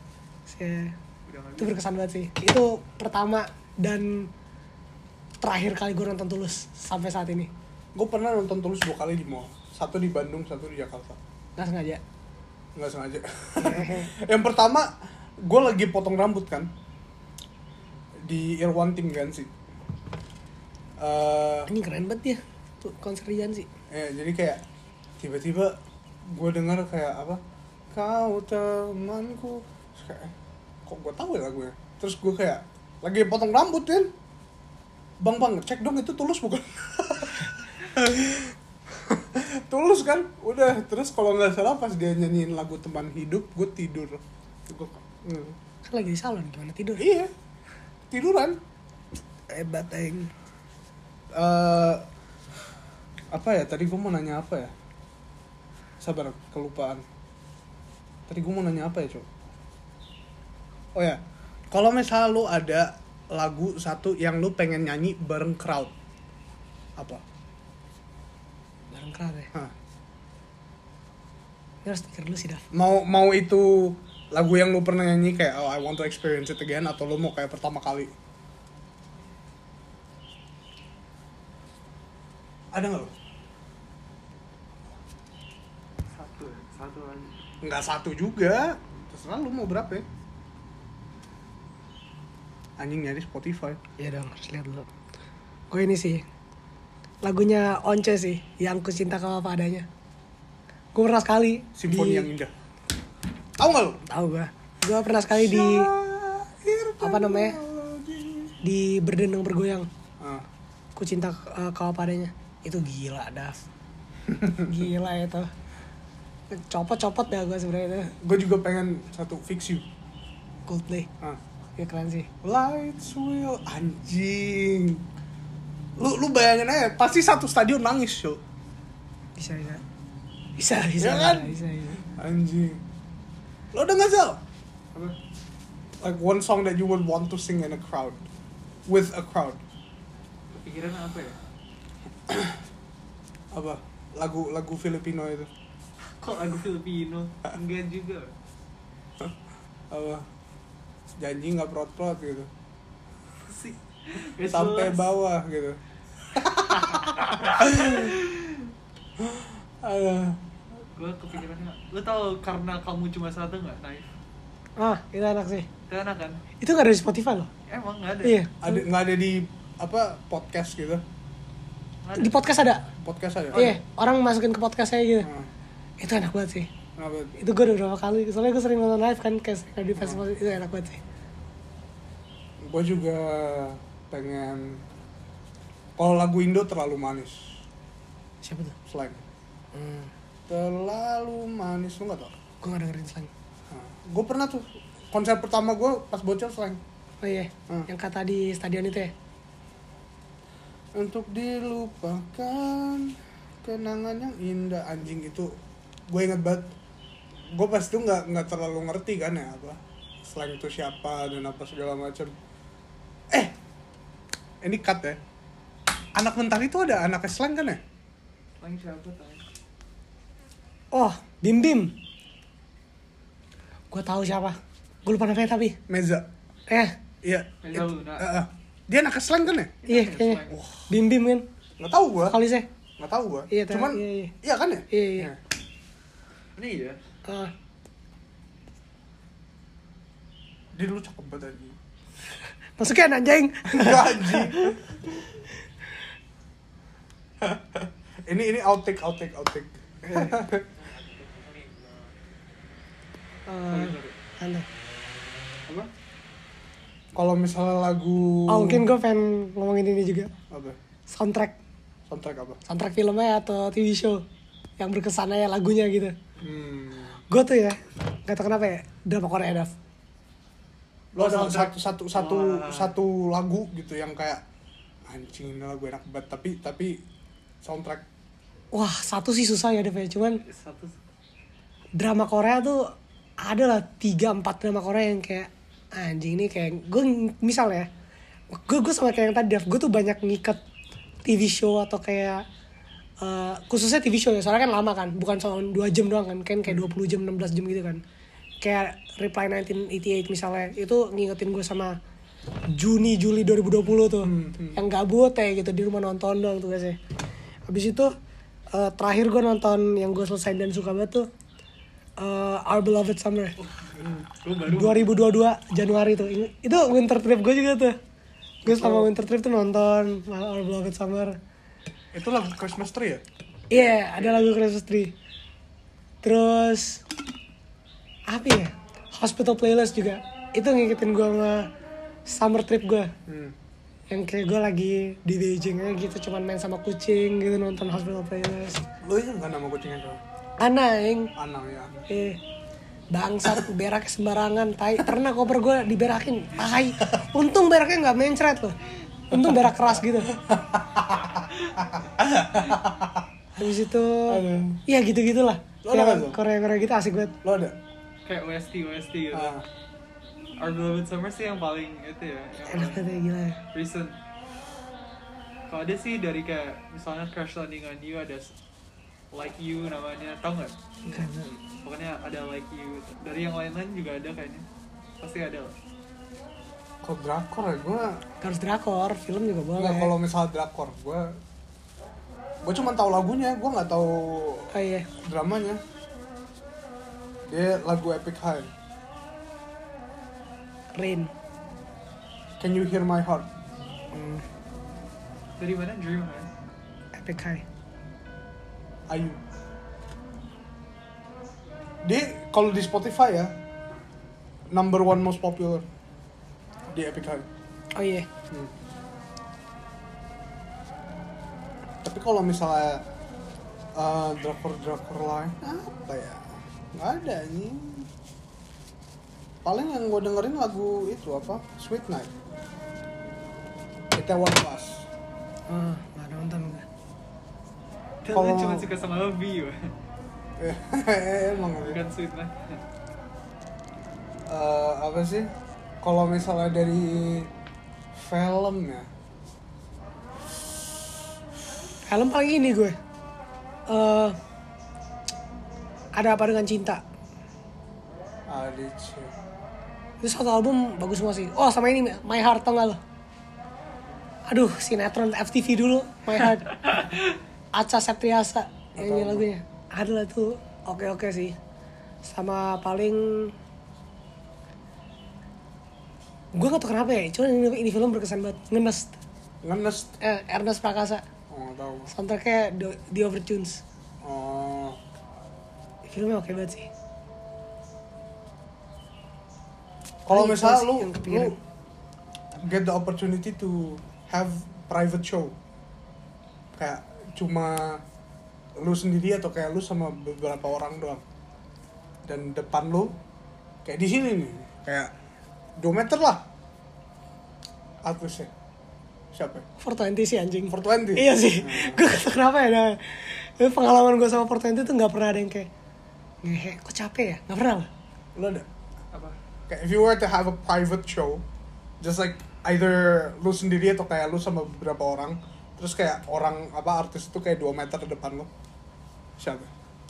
Speaker 2: Itu berkesan banget sih. Itu pertama dan terakhir kali gue nonton Tulus sampai saat ini.
Speaker 1: Gue pernah nonton Tulus 2 kali di mall. 1 di Bandung, 1 di Jakarta.
Speaker 2: Nggak sengaja.
Speaker 1: Nggak sengaja. Yang pertama, gue lagi potong rambut kan di Irwanting kan sih.
Speaker 2: Ini keren banget ya tuh konser Jansi.
Speaker 1: Jadi kayak tiba-tiba gue dengar kayak apa? Kau temanku. Terus kayak, kok gue tahu ya lagunya? Terus gue kayak lagi potong rambut kan. Bang, cek dong itu Tulus bukan? Tulus kan? Udah, terus kalau nggak salah pas dia nyanyiin lagu Teman Hidup, gue tidur.
Speaker 2: Kan lagi di salon, gimana tidur?
Speaker 1: Iya, tiduran.
Speaker 2: Hebat aing.
Speaker 1: Apa ya? Tadi gue mau nanya apa ya? Sabar, kelupaan. Tadi gue mau nanya apa ya, Cok? Oh ya, kalau misalnya lu ada lagu satu yang lu pengen nyanyi bareng crowd, apa?
Speaker 2: Bareng crowd ya? Ini harus pikir dulu sih, Daf.
Speaker 1: Mau itu lagu yang lu pernah nyanyi kayak I want to experience it again, atau lu mau kayak pertama kali? Ada nggak lu?
Speaker 3: Satu aja.
Speaker 1: Nggak satu juga, terserah lu mau berapa ya? Anjing nyari Spotify.
Speaker 2: Iya dong, harus lihat dulu. Gue ini sih lagunya Once sih, yang Ku Cinta Kau Apa Adanya. Gue pernah sekali
Speaker 1: Simfoni yang indah. Tahu nggak lu?
Speaker 2: Tahu gue pernah sekali di apa namanya, di Berdendang Bergoyang. Ku Cinta Kau Apa Adanya. Itu gila, Daf. Gila itu. Copot dah gue sebenarnya itu.
Speaker 1: Gue juga pengen satu Fix You.
Speaker 2: Coldplay. Ya keren sih.
Speaker 1: Lights will, anjing. Lu bayangin aja, pasti satu stadion nangis, Cok.
Speaker 2: Bisa.
Speaker 1: Ya kan?
Speaker 2: Bisa.
Speaker 1: Anjing. Lo udah nggak Zal? Apa? Like one song that you would want to sing in a crowd, with a crowd.
Speaker 3: Kepikiran apa ya?
Speaker 1: Apa? lagu Filipino itu.
Speaker 3: Kok lagu Filipino? Enggak juga.
Speaker 1: Apa? Janji nggak prot-prot gitu.
Speaker 3: Sih.
Speaker 1: Sampai bawah gitu.
Speaker 3: Gue kepikirannya, lu tau Karena Kamu Cuma Satu nggak? Naif.
Speaker 2: Itu enak sih.
Speaker 3: Itu enak kan?
Speaker 2: Itu nggak ada di Spotify loh.
Speaker 3: Emang nggak ada.
Speaker 2: Iya.
Speaker 1: Nggak ada di apa podcast gitu.
Speaker 3: Nggak ada.
Speaker 2: Di podcast ada.
Speaker 1: Podcast ada.
Speaker 2: Iya, orang masukin ke podcast saya gitu.
Speaker 1: Hmm.
Speaker 2: Itu enak banget sih.
Speaker 1: Kenapa?
Speaker 2: Itu gue udah berapa kali. Soalnya gue sering nonton live kan kayak di festival itu enak banget sih.
Speaker 1: Gue juga pengen. Kalau lagu Indo terlalu manis.
Speaker 2: Siapa tuh?
Speaker 1: Slang. Terlalu manis, lu nggak tau?
Speaker 2: Gue gak dengerin slang.
Speaker 1: Gue pernah tuh konser pertama gue pas bocah Slang.
Speaker 2: Oh iya, yang kata di stadion itu ya?
Speaker 1: Untuk dilupakan kenangan yang indah, anjing itu gue inget banget. Gue pas itu nggak terlalu ngerti kan ya apa Slang itu siapa dan apa segala macam. Ini cut ya. Anak Mentari itu ada anaknya Slang kan ya?
Speaker 3: Slang siapa tau?
Speaker 2: Oh, Bim Bim. Gue tahu siapa. Gue lupa namanya tapi.
Speaker 1: Meza. Iya.
Speaker 3: Meza Luna.
Speaker 1: Dia anak Slang kan ya?
Speaker 2: Iya kayaknya. Bim Bim kan.
Speaker 1: Nggak tahu gue.
Speaker 2: Kali sih.
Speaker 1: Nggak tahu gue.
Speaker 2: Iya,
Speaker 1: Cuman iya kan ya?
Speaker 2: Iya.
Speaker 3: Ini ya.
Speaker 1: Dia dulu cakep banget anjing.
Speaker 2: Masukin anjing.
Speaker 1: Enggak anjing. Ini outtake.
Speaker 2: Aneh.
Speaker 1: Apa? Kalau misalnya lagu
Speaker 2: Mungkin gue pengen ngomongin ini juga.
Speaker 1: apa?
Speaker 2: Soundtrack
Speaker 1: Apa?
Speaker 2: Soundtrack filmnya atau TV show yang berkesan aja lagunya gitu. Gue tuh ya, gak tau kenapa ya, drama Korea Dav.
Speaker 1: Lo ada satu lagu gitu yang kayak anjing ini lagu enak banget tapi soundtrack.
Speaker 2: Wah, satu sih susah ya Dav ya, cuman
Speaker 3: Satu.
Speaker 2: drama Korea tuh ada lah 3-4 drama Korea yang kayak anjing ini kayak gue misalnya gue sama kayak yang tadi Dav, gue tuh banyak ngikat TV show atau kayak khususnya TV show ya, soalnya kan lama kan, bukan cuma 2 jam doang kan kayak 20 jam 16 jam gitu kan, kayak Reply 1988 misalnya, itu ngingetin gue sama Juli 2020 tuh yang gabut ya gitu di rumah nonton doang tuh guys ya. Habis itu terakhir gue nonton yang gue selesai dan suka banget tuh Our Beloved Summer. 2022 Januari tuh. Itu winter trip gue juga tuh. Gue sama winter trip tuh nonton Our Beloved Summer.
Speaker 1: Itu lagu Christmas Tree ya?
Speaker 2: Iya, ada lagu Christmas Tree. Terus apa ya? Hospital Playlist juga. Itu ngikutin gue sama summer trip gue. Yang kayak gue lagi di Beijing aja gitu, cuman main sama kucing gitu, nonton Hospital Playlist.
Speaker 1: Lo itu kan nama kucingnya tuh?
Speaker 2: Anang
Speaker 1: ya.
Speaker 2: Bangsat, beraknya sembarangan, tai. Pernah koper gue diberakin, tai. Untung beraknya nggak mencret loh. Untung berak keras gitu. Habis itu, iya gitu-gitulah. Korea gitu asik banget.
Speaker 1: Lo ada?
Speaker 3: Kayak OST gitu. Our Beloved Summer sih yang paling itu ya.
Speaker 2: Enak banget ya, gila ya.
Speaker 3: Recent. Kalau ada sih dari kayak misalnya Crash Landing on You, ada Like You namanya, tau nggak?
Speaker 2: Enggak.
Speaker 3: Pokoknya ada Like You. Dari yang lain-lain juga ada kayaknya. Pasti ada lah.
Speaker 1: Kalau drakor ya gue
Speaker 2: Harus drakor, film juga boleh.
Speaker 1: nggak. Kalau misalnya drakor gue cuma tahu lagunya, gue nggak tahu
Speaker 2: Oh iya.
Speaker 1: dramanya. Dia lagu Epic High.
Speaker 2: Rain.
Speaker 1: Can You Hear My Heart?
Speaker 3: Dari mana? Dream kan?
Speaker 2: Epic High.
Speaker 1: Ayu. Dia kalau di Spotify ya number 1 most popular di Epic High.
Speaker 2: Oh iya.
Speaker 1: Tapi kalau misalnya drakor lain apa ya? Nggak ada nih. Paling yang gue dengerin lagu itu apa? Sweet Night. Itaewon Class.
Speaker 2: Nggak nonton gue.
Speaker 3: Kalau cuma suka sama Obi,
Speaker 1: Emang
Speaker 3: bukan Sweet lah.
Speaker 1: Apa sih? Kalau misalnya dari film ya,
Speaker 2: Film paling ini gue. Ada Apa Dengan Cinta.
Speaker 1: Alice.
Speaker 2: Itu satu album bagus semua sih. Oh sama ini My Heart, tau gak lo? Aduh, sinetron FTV dulu, My Heart. Acha Septriasa nyanyi lagunya. Ada lah tuh, oke sih. Sama paling, gue gak tau kenapa ya, cuman ini film berkesan banget.
Speaker 1: Ngenes.
Speaker 2: Ernest Prakasa.
Speaker 1: Oh tahu.
Speaker 2: Soundtracknya The Overtunes.
Speaker 1: Oh.
Speaker 2: Filmnya oke banget sih.
Speaker 1: Kalau
Speaker 2: Paling
Speaker 1: misalnya
Speaker 2: itu sih
Speaker 1: lu
Speaker 2: yang kepikiran.
Speaker 1: get the opportunity to have private show, kayak cuma lu sendiri atau kayak lu sama beberapa orang doang, dan depan lu kayak di sini nih, kayak 2 meter lah artisnya, siapa?
Speaker 2: 420 sih anjing.
Speaker 1: 420.
Speaker 2: Iya sih. Gue gak tau kenapa ya. Nah, pengalaman gue sama 420 tuh gak pernah ada yang kayak ngehe, kok capek ya? Gak pernah lah.
Speaker 1: Lu ada?
Speaker 3: Apa?
Speaker 1: Kayak if you were to have a private show, just like either lu sendiri atau kayak lu sama beberapa orang, terus kayak orang apa artis itu kayak 2 meter di depan lu, siapa?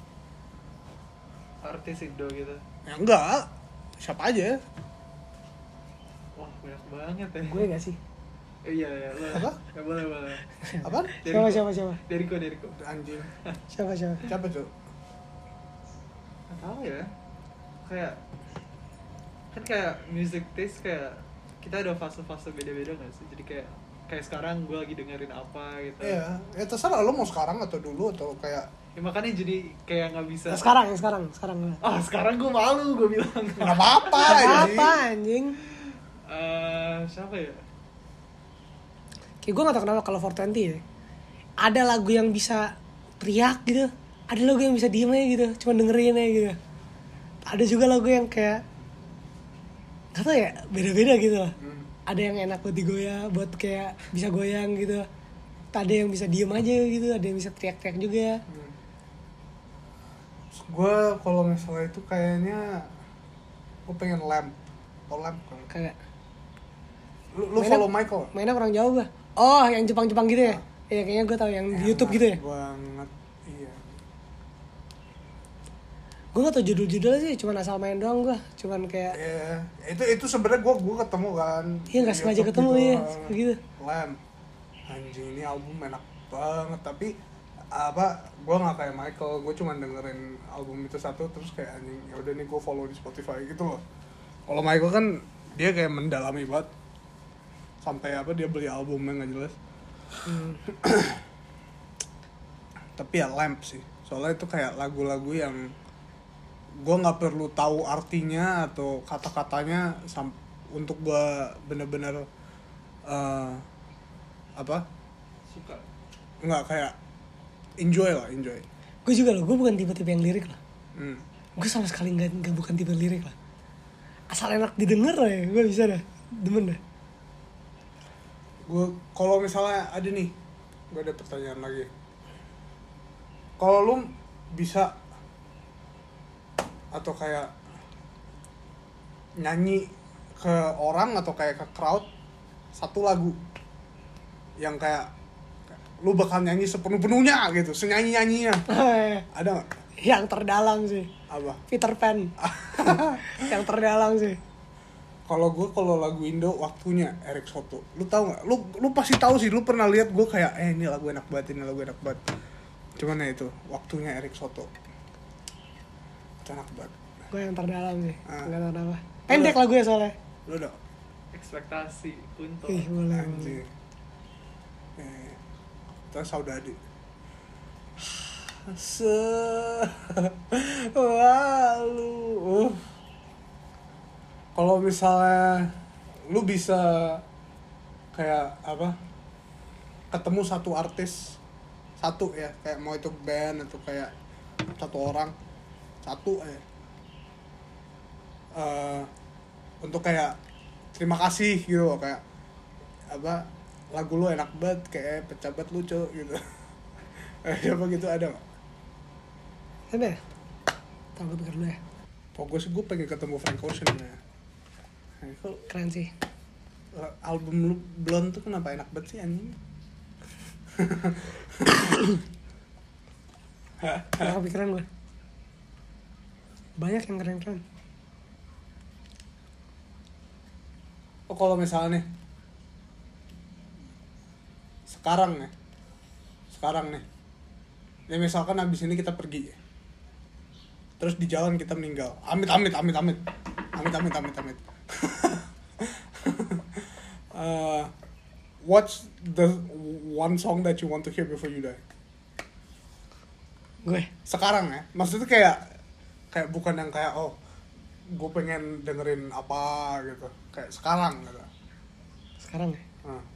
Speaker 3: Artis Indo gitu.
Speaker 1: Ya enggak, siapa aja.
Speaker 3: Wah banyak banget ya.
Speaker 2: Gue gak sih?
Speaker 3: Iya lo.
Speaker 1: Apa?
Speaker 3: Ya, boleh.
Speaker 1: Apa?
Speaker 2: Siapa?
Speaker 3: Deriko.
Speaker 1: Anjing.
Speaker 2: Siapa?
Speaker 1: Siapa tuh?
Speaker 3: Nggak tahu ya. Kayak kan kayak music taste kayak kita ada fase-fase beda-beda nggak sih? Jadi kayak sekarang gue lagi dengerin apa gitu.
Speaker 1: Iya, ya terserah lu mau sekarang atau dulu atau kayak.
Speaker 3: Ya makanya jadi kayak nggak bisa.
Speaker 2: Nah, sekarang.
Speaker 3: Sekarang gue malu gue bilang.
Speaker 1: Nggak apa-apa.
Speaker 2: Apa anjing?
Speaker 3: Siapa ya?
Speaker 2: Kayak gue gak tau kenapa kalau 420 ya, ada lagu yang bisa teriak gitu, ada lagu yang bisa diem aja gitu, cuma dengerin aja gitu. Ada juga lagu yang kayak gak tau ya, beda-beda gitu lah. Ada yang enak buat digoyang, buat kayak bisa goyang gitu. Ada yang bisa diem aja gitu, ada yang bisa teriak-teriak juga.
Speaker 1: Gue kalau misalnya itu kayaknya gue pengen Lamp. Tau Lamp kan?
Speaker 2: Kayak
Speaker 1: Lu follow Michael?
Speaker 2: mainnya kurang jauh gak? Oh yang Jepang-Jepang gitu ya? Iya kayaknya gue tau yang di YouTube gitu ya.
Speaker 1: Banget, iya.
Speaker 2: Gue gak tau judul-judulnya sih, cuman asal main doang gue. Cuman kayak
Speaker 1: Itu sebenarnya gue ketemu kan.
Speaker 2: iya gak sengaja ketemu ya gitu.
Speaker 1: Lamp. Anjing ini album enak banget, tapi apa gue nggak kayak Michael, gue cuma dengerin album itu satu terus kayak anjing ya udah nih gue follow di Spotify gitu loh. Kalau Michael kan dia kayak mendalami banget sampai apa dia beli albumnya nggak jelas. Tapi ya Lamp sih, soalnya itu kayak lagu-lagu yang gue nggak perlu tahu artinya atau kata-katanya untuk gue bener-bener apa
Speaker 3: Suka.
Speaker 1: nggak kayak enjoy.
Speaker 2: Gue juga loh, gue bukan tipe-tipe yang lirik lah.
Speaker 1: Hmm.
Speaker 2: Gue sama sekali nggak bukan tipe lirik lah. Asal enak didengar lah ya, gue bisa dah, demen dah.
Speaker 1: Gue kalau misalnya ada nih, gue ada pertanyaan lagi. Kalau lu bisa atau kayak nyanyi ke orang atau kayak ke crowd satu lagu yang kayak lu bakal nyanyi sepenuh-penuhnya gitu, senyanyi-nyanyinya, ada nggak?
Speaker 2: Yang terdalam sih,
Speaker 1: Apa?
Speaker 2: Peter Pan. Yang terdalam sih.
Speaker 1: Kalau lagu Indo waktunya Erik Soto, lu tahu nggak? Lu pasti tahu sih, lu pernah lihat gue kayak ini lagu enak banget. Cuman ya itu waktunya Erik Soto, itu enak banget.
Speaker 2: Gue yang terdalam sih, nggak tahu kenapa.
Speaker 1: Lu
Speaker 2: Pendek
Speaker 1: udah-
Speaker 2: lagunya soalnya.
Speaker 1: Lu udah
Speaker 3: Ekspektasi Kunto.
Speaker 2: Ih boleh.
Speaker 1: anjing. Terus Saudade. Lalu. Kalau misalnya lu bisa kayak apa? Ketemu satu artis satu ya, kayak mau itu band atau kayak satu orang satu aja. Untuk kayak terima kasih gitu loh, kayak apa lagu lu enak banget kayak pecah banget lucu gitu. Apa gitu ada nggak?
Speaker 2: Ada ya? Tahu gue pikir dulu ya.
Speaker 1: Fokus gue pengen ketemu Frank Ocean ya. Nah, itu
Speaker 2: Keren sih.
Speaker 1: album lu Blonde tuh kenapa enak banget sih anjing?
Speaker 2: Gak kepikiran gue. Banyak yang keren-keren.
Speaker 1: Oh kalau misalnya nih sekarang nih ya misalkan abis ini kita pergi ya, terus di jalan kita meninggal, amit what's the one song that you want to hear before you die?
Speaker 2: Gue
Speaker 1: Sekarang ya, maksudnya kayak bukan yang kayak oh gue pengen dengerin apa gitu, kayak sekarang gitu.
Speaker 2: sekarang ya.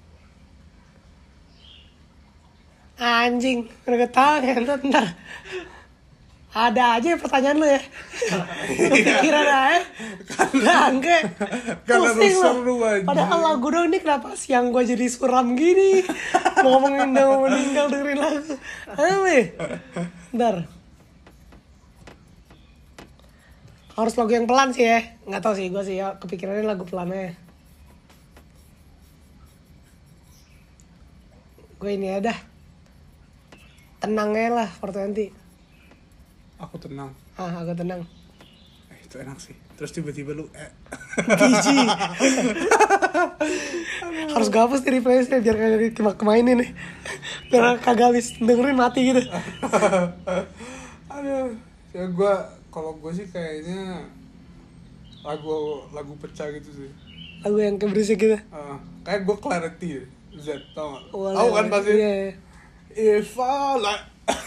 Speaker 2: Anjing, udah ketawa ngentot ntar. Ada aja pertanyaan lu ya. Kepikiran aja. Bangke.
Speaker 1: Karena
Speaker 2: Pusing
Speaker 1: seru
Speaker 2: lu.
Speaker 1: aja.
Speaker 2: Padahal lagu dong ini kenapa siang gue jadi suram gini. Ngomongin udah mau meninggal dengerin lagu. Ayo weh. Ntar. Harus lagu yang pelan sih ya. Nggak tahu sih gue sih ya. Kepikirannya lagu pelannya. Gue ini ada. Tenangnya lah 420.
Speaker 1: Aku tenang.
Speaker 2: Aku tenang.
Speaker 1: Itu enak sih. Terus tiba-tiba lu
Speaker 2: Gigi. Harus gue hapus nih replaysnya biar kagak kemainin nih. Biar kagak habis dengerin mati gitu.
Speaker 1: Aduh. Ya kalau gue sih kayaknya lagu pecah gitu sih.
Speaker 2: Lagu yang keberisik gitu.
Speaker 1: Kayak gue Clarity ya. Z, tau gak?
Speaker 2: Wah,
Speaker 1: Tahu kan pasti?
Speaker 2: Iya.
Speaker 1: If I like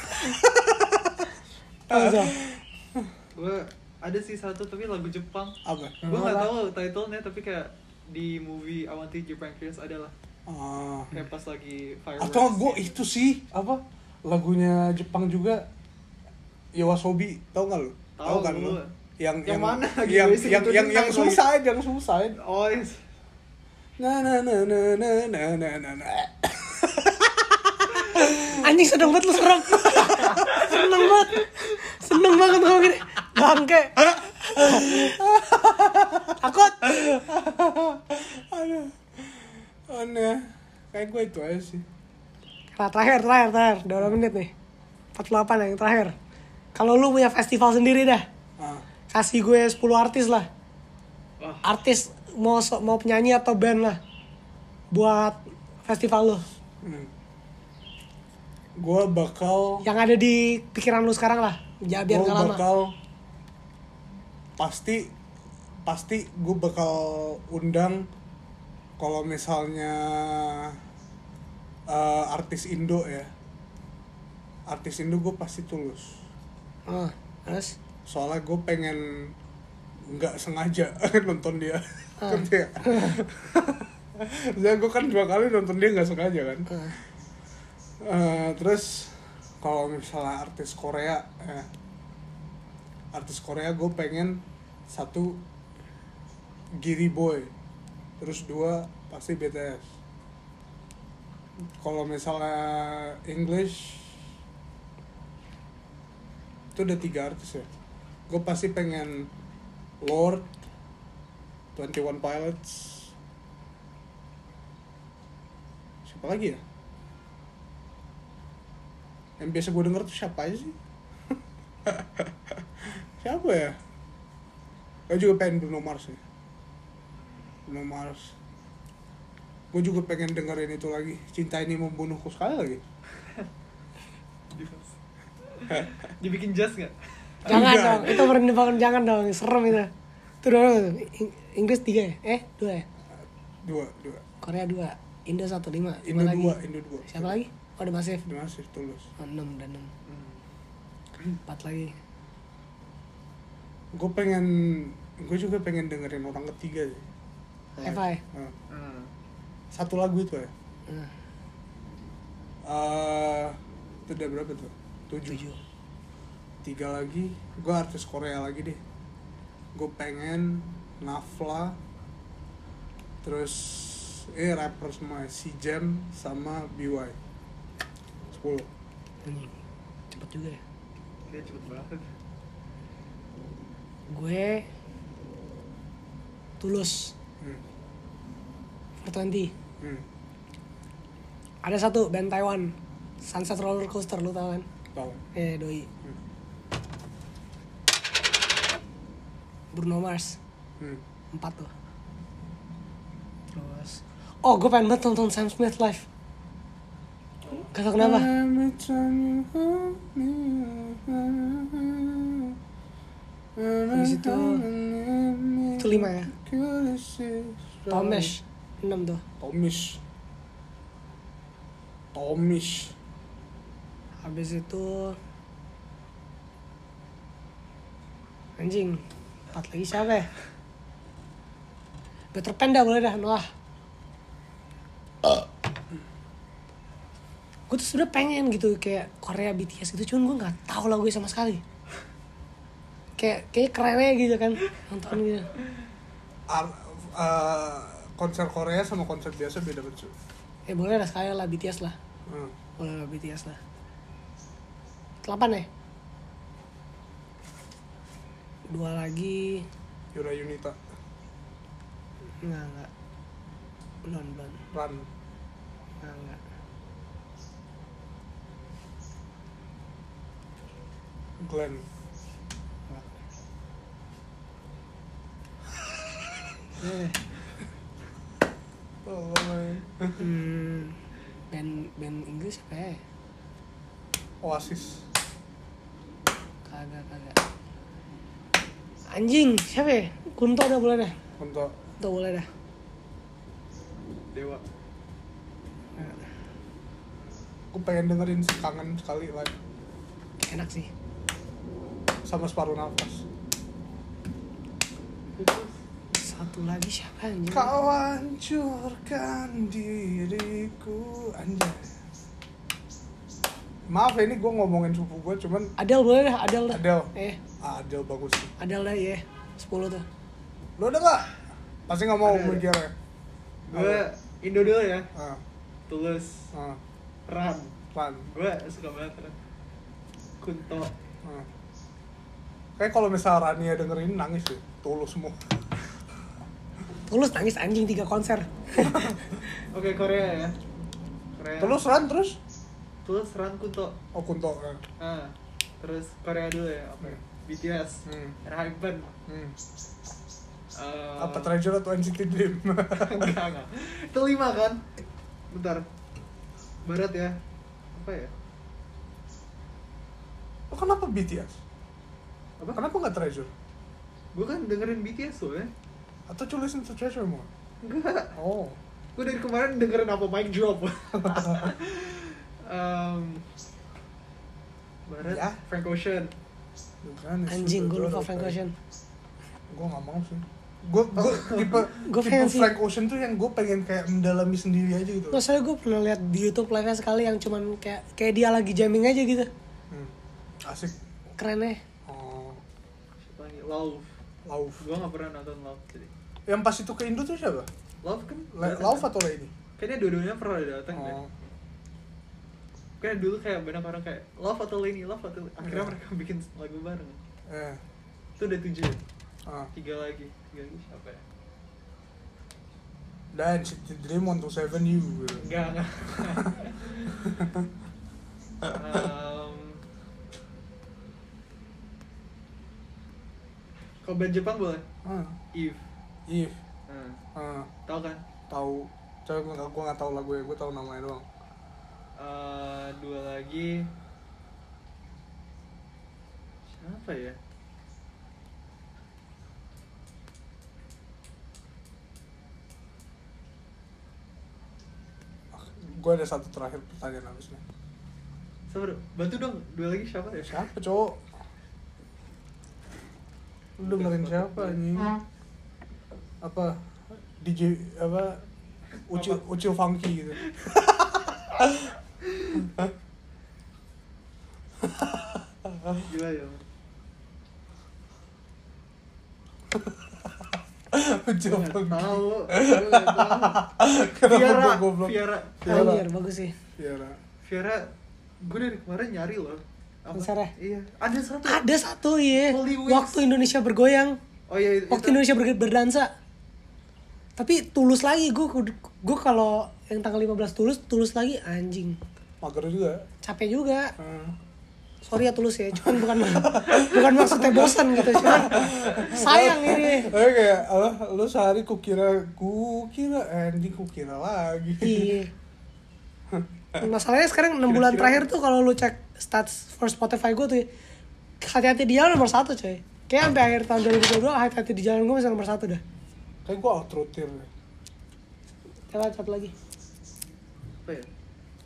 Speaker 3: Gue ada sih satu tapi lagu Jepang.
Speaker 1: apa?
Speaker 3: Gue nggak tahu titlenya tapi kayak di movie I Want to Japan Curious adalah kayak pas lagi fireworks.
Speaker 1: Atau gue itu sih apa? Lagunya Jepang juga. Yoasobi, tau gak lu? Tahu kan lu? Yang
Speaker 3: mana?
Speaker 1: Yang suicide.
Speaker 3: Oh, yes.
Speaker 1: Na.
Speaker 2: Anjing seneng banget lu serem. Seneng banget ngomong gini. Bangke. Takut.
Speaker 1: Aduh. Aneh. Kayak gue itu aja sih.
Speaker 2: Nah, terakhir. Udah 2 menit nih. 48 yang terakhir. Kalau lu punya festival sendiri dah. Kasih gue 10 artis lah. Artis mau penyanyi atau band lah. Buat festival lu.
Speaker 1: Gue bakal
Speaker 2: Yang ada di pikiran lu sekarang lah. Biar gak lama.
Speaker 1: Gue bakal pasti gue bakal undang kalau misalnya artis Indo ya. Artis Indo gue pasti Tulus.
Speaker 2: Terus?
Speaker 1: Soalnya gue pengen nggak sengaja nonton dia. Jadi gue kan 2 kali nonton dia nggak sengaja kan. Terus kalau misalnya artis Korea gue pengen 1 Giri Boy, terus 2 pasti BTS. Kalau misalnya English itu udah 3 artis ya. Gue pasti pengen Lord, 21 Pilots, siapa lagi ya? Yang biasa gue denger tuh siapa aja sih? Siapa ya? Gue juga pengen Bruno Mars ya. Bruno Mars. Gue juga pengen dengerin itu lagi, Cinta Ini Membunuhku sekali lagi.
Speaker 3: Dibikin jazz nggak?
Speaker 2: Jangan dong, itu perendahan jangan dong, serem itu. Itu dong, Inggris 3 ya? 2 ya?
Speaker 1: 2.
Speaker 2: Korea 2, Indo 1, 5.
Speaker 1: Indo 2.
Speaker 2: Siapa lagi? Oh, The Massive.
Speaker 1: The Massive, Tulus.
Speaker 2: 6 dan 6. 4 lagi.
Speaker 1: Gue juga pengen dengerin orang ketiga sih.
Speaker 2: FI.
Speaker 1: Satu lagu itu ya. Itu udah berapa tuh? 7. 3 lagi. Gue artis Korea lagi deh. Gue pengen Nafla. Terus rapper semua, si Jam sama BY. 10.
Speaker 2: Cepet juga ya.
Speaker 3: Dia cepet banget.
Speaker 2: Gue Tulus. 420. Ada 1 band Taiwan, Sunset Roller Coaster, lu tau kan?
Speaker 1: Tahu.
Speaker 2: Doi. Bruno Mars. 4 tuh. Terus gue pengen banget nonton Sam Smith live. Gak tau kenapa. Habis itu 5 ya. Tomish 6 tuh.
Speaker 1: Tomish.
Speaker 2: Habis itu anjing 4 lagi siapa ya? Peter Pan dah boleh dah, Noah. Gue tuh sebenernya pengen gitu kayak Korea BTS gitu, cuman gue nggak tahu lagu sama sekali. Kayak keren aja gitu kan nonton gitu.
Speaker 1: Konser Korea sama konser biasa beda banget.
Speaker 2: Boleh lah sekali lah BTS lah. Boleh lah BTS lah. 8 ya? 2 lagi.
Speaker 1: Yura Yunita.
Speaker 2: Enggak. Belum.
Speaker 1: Run.
Speaker 2: Enggak.
Speaker 1: Glenn.
Speaker 2: Band Inggris apa ya?
Speaker 1: Oasis.
Speaker 2: Kagak. Anjing, siapa ya? Kunto udah boleh dah.
Speaker 1: Untuk
Speaker 2: Kunto boleh dah.
Speaker 3: Dewa.
Speaker 1: aku pengen dengerin Kangen sekali lagi.
Speaker 2: Enak sih.
Speaker 1: Sama Separuh Nafas.
Speaker 2: Satu lagi siapa anjing?
Speaker 1: Kau hancurkan diriku, anjay. Maaf ya, ini gue ngomongin sepupu gue, cuman
Speaker 2: Adele boleh dah, Adele dah.
Speaker 1: Adele. Adele bagus sih.
Speaker 2: Adele dah ya. 10 tuh.
Speaker 1: Lo udah gak? Pasti gak mau
Speaker 3: Ada.
Speaker 1: mikirnya.
Speaker 3: Gue Indo dulu ya. Tulus.
Speaker 1: Run.
Speaker 3: Ran. Gue suka banget Ran. Kunto.
Speaker 1: Kayak kalau misalnya Rania dengerin nangis sih. Tulus semua.
Speaker 2: Tulus nangis anjing 3 konser.
Speaker 3: Oke, Korea ya. Korea.
Speaker 1: Tulus Ran terus?
Speaker 3: Tulus, Ran, Kunto.
Speaker 1: Oh Kunto.
Speaker 3: Terus Korea dulu ya. Apa ya? BTS. Hypen.
Speaker 1: Apa Treasure atau NCT Dream?
Speaker 3: Enggak. Itu 5 kan? Bentar. Barat ya. Apa ya?
Speaker 1: Oh, kenapa BTS?
Speaker 3: Apa?
Speaker 1: Kenapa gak Treasure?
Speaker 3: Gue kan dengerin BTS loh ya.
Speaker 1: Atau You Listen to Treasure more?
Speaker 3: Enggak.
Speaker 1: Oh.
Speaker 3: Gue dari kemarin dengerin apa Mic Drop. Barat,
Speaker 1: Ya.
Speaker 3: Frank Ocean.
Speaker 2: Anjing, gue lupa Frank Ocean.
Speaker 1: Gue gak mau sih. Gue tipe
Speaker 2: pengen sih.
Speaker 1: Frank Ocean tuh yang gue pengen kayak mendalami sendiri aja gitu.
Speaker 2: Soalnya gue pernah lihat di YouTube live-nya sekali yang cuman kayak dia lagi jamming aja gitu.
Speaker 1: Asik.
Speaker 2: Keren ya.
Speaker 1: Oh.
Speaker 3: Siapa lagi? Love. Gue gak pernah nonton Love jadi.
Speaker 1: Yang pas itu ke Indo tuh siapa?
Speaker 3: Love kan?
Speaker 1: Love atau Lady?
Speaker 3: Kayaknya dua-duanya pernah datang deh. Kayak dulu kayak banyak orang kayak Love atau Lady. Akhirnya mereka bikin lagu bareng. Itu udah 7 ya? 3 lagi siapa ya?
Speaker 1: Dan NCT Dream 127 You.
Speaker 3: Enggak. Kalau band Jepang boleh? Eve. Tahu kan?
Speaker 1: Tahu. Coba gue nggak tahu lagu ya, gue tahu namanya doang.
Speaker 3: 2 lagi. Siapa ya?
Speaker 1: Gue ada satu terakhir pertanyaan habisnya.
Speaker 3: Sabar, bantu dong. 2 lagi siapa ya?
Speaker 1: Siapa cowok? Lu dengerin siapa anjing? Apa? DJ apa? Ucil Funky gitu.
Speaker 3: Gila ya.
Speaker 1: Ucil
Speaker 3: Gue
Speaker 1: Funky.
Speaker 3: gak tau.
Speaker 1: Kenapa goblok?
Speaker 3: Viera.
Speaker 2: Anjir, bagus sih.
Speaker 1: Viera.
Speaker 3: Gue dari kemarin nyari loh.
Speaker 2: Konsernya?
Speaker 3: Iya. Ada satu.
Speaker 2: Ada satu iya.
Speaker 3: Holy Wings.
Speaker 2: Waktu Indonesia bergoyang.
Speaker 3: Oh iya.
Speaker 2: Waktu Indonesia berdansa. Tapi Tulus lagi, gue kalau yang tanggal 15 Tulus lagi anjing.
Speaker 1: Mager juga.
Speaker 2: Capek juga. Sorry ya Tulus ya, cuman bukan maksudnya bosan gitu, cuman sayang ini.
Speaker 1: Kayak lu sehari kukira anjing kukira lagi.
Speaker 2: Iya. Masalahnya sekarang 6 bulan terakhir tuh kalau lu cek stats for Spotify gue tuh, hati-hati di jalan nomor 1 coy. Kayak sampai akhir tahun 2022 hati-hati di jalan gue masih nomor 1 dah.
Speaker 1: Kayak gue outro tier.
Speaker 2: Coba satu lagi.
Speaker 3: Apa ya?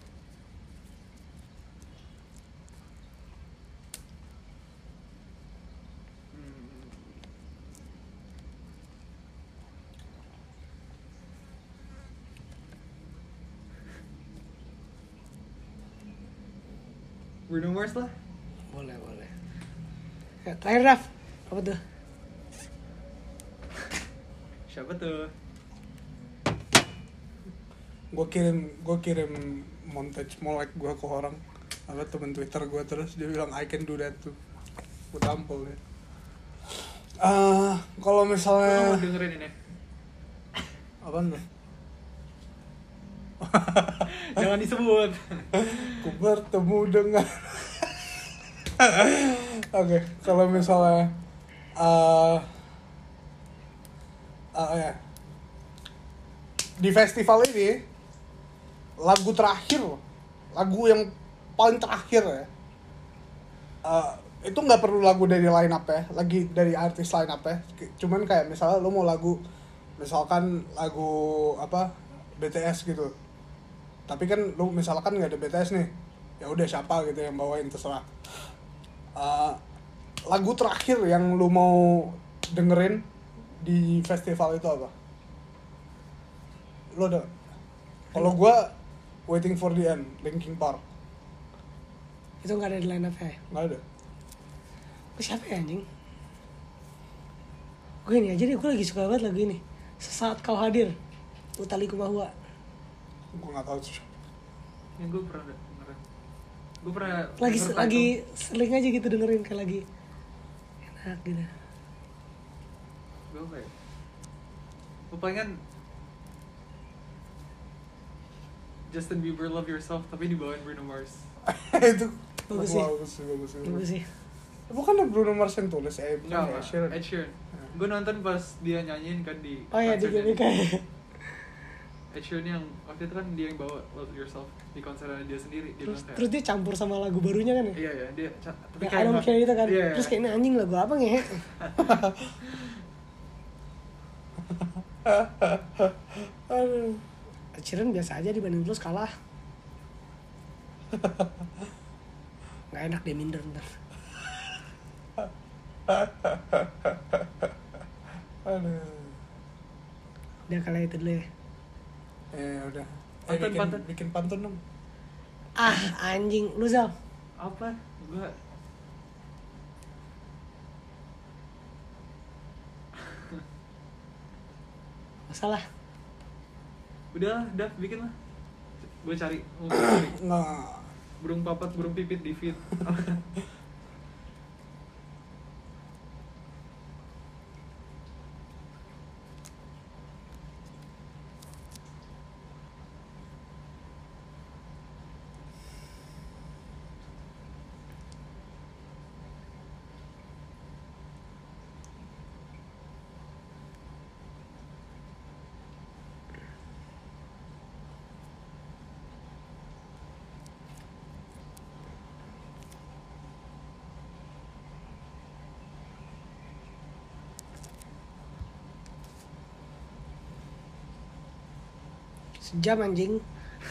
Speaker 3: Bruno Mars lah.
Speaker 2: Boleh. Ya, terakhir Raf, apa tuh?
Speaker 3: Siapa tuh?
Speaker 1: Gue kirim montage molek gue ke orang, apa temen Twitter gue, terus dia bilang I can do that too. Gue tampol ya. Kalau
Speaker 3: Lu
Speaker 1: misalnya
Speaker 3: mau dengerin ini?
Speaker 1: apaan tuh?
Speaker 3: Jangan disebut.
Speaker 1: Ku bertemu dengan Oke, kalau misalnya ya, di festival ini lagu yang paling terakhir ya, itu nggak perlu lagu dari line up ya, lagi dari artis line up ya, cuman kayak misalnya lo mau misalkan lagu apa BTS gitu, tapi kan lu misalkan nggak ada BTS nih, ya udah siapa gitu yang bawain, terserah. Lagu terakhir yang lu mau dengerin di festival itu apa? Lu ada? Kalau gua Waiting for the End, Linkin Park.
Speaker 2: Itu nggak ada di line up ya?
Speaker 1: Nggak ada.
Speaker 2: Siapa ya anjing? Gue ini aja deh, gue lagi suka banget lagu ini. Sesaat Kau Hadir, Utha Likumahua.
Speaker 1: Gua nggak tahu sih.
Speaker 3: Yang gue pernah dengerin. Gue pernah
Speaker 2: Lagi sering aja gitu dengerin, kayak lagi enak gitu.
Speaker 3: Gue kayak gue pengen Justin Bieber Love Yourself tapi dibawain Bruno Mars.
Speaker 1: Itu
Speaker 2: Bagus sih.
Speaker 1: bagus.
Speaker 2: sih.
Speaker 1: Bukan Bruno Mars yang tulis, bukan
Speaker 3: Enggak,
Speaker 1: Ed Sheeran.
Speaker 3: Ed Sheeran. Gue nonton pas dia nyanyiin kan di
Speaker 2: Oh ya, di
Speaker 3: konsernya.
Speaker 2: kayak
Speaker 3: Ed Sheeran yang waktu itu kan dia yang bawa Love Yourself di konsernya dia sendiri. Dia bilang kayak,
Speaker 2: terus dia campur sama lagu barunya kan ya?
Speaker 3: iya dia tapi
Speaker 2: Ya, I don't care itu kan.
Speaker 3: Iya,
Speaker 2: Terus kayak ini anjing lagu apa ngehe?
Speaker 1: Aduh.
Speaker 2: Ed Sheeran biasa aja dibanding Tulus kalah. Nggak enak dia minder ntar.
Speaker 1: Aduh.
Speaker 2: Udah kali itu dulu ya.
Speaker 1: Udah.
Speaker 3: Pantun.
Speaker 1: Bikin pantun dong.
Speaker 2: Ah anjing, lu Zal.
Speaker 3: apa? Gue
Speaker 2: Masalah.
Speaker 3: udah bikin lah. Gue cari.
Speaker 1: Nggak.
Speaker 3: Burung papat, burung pipit di feed.
Speaker 2: Sejam anjing.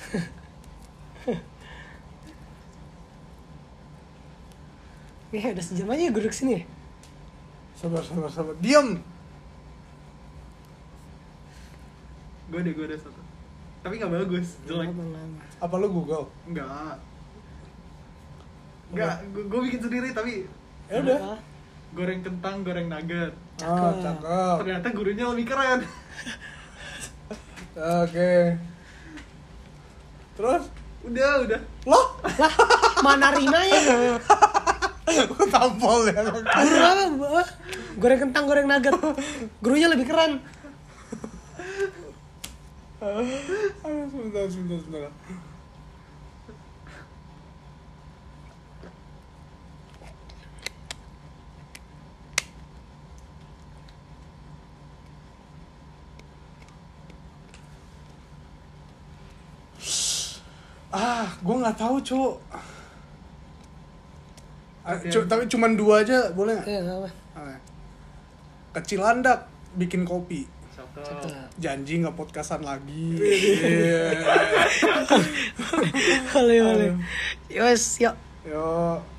Speaker 2: Nih udah sejam aja gue duduk sini ya.
Speaker 1: Sabar. Diam.
Speaker 3: Gue ada satu. Tapi nggak bagus, jelek.
Speaker 2: Lama-lama.
Speaker 1: Apa lu Google?
Speaker 3: Enggak, gue bikin sendiri tapi
Speaker 1: Ya udah.
Speaker 2: Apa?
Speaker 3: goreng kentang, goreng nugget.
Speaker 1: Cakep.
Speaker 3: Ternyata gurunya lebih keren.
Speaker 1: Oke. Terus?
Speaker 3: Udah.
Speaker 1: Loh?
Speaker 2: Lah, mana rimanya?
Speaker 1: Gue tampol ya.
Speaker 2: Guru apa? Goreng kentang, goreng nugget. Gurunya lebih keren.
Speaker 1: Sebentar. Gue nggak tahu cuk.
Speaker 3: Oke.
Speaker 1: Tapi cuman 2 aja boleh nggak?
Speaker 2: Iya, nggak apa.
Speaker 1: Kecil Landak bikin kopi.
Speaker 3: Cakep.
Speaker 1: Janji nggak podcastan lagi. Iya.
Speaker 2: Boleh. Yos, yuk.
Speaker 1: Yo.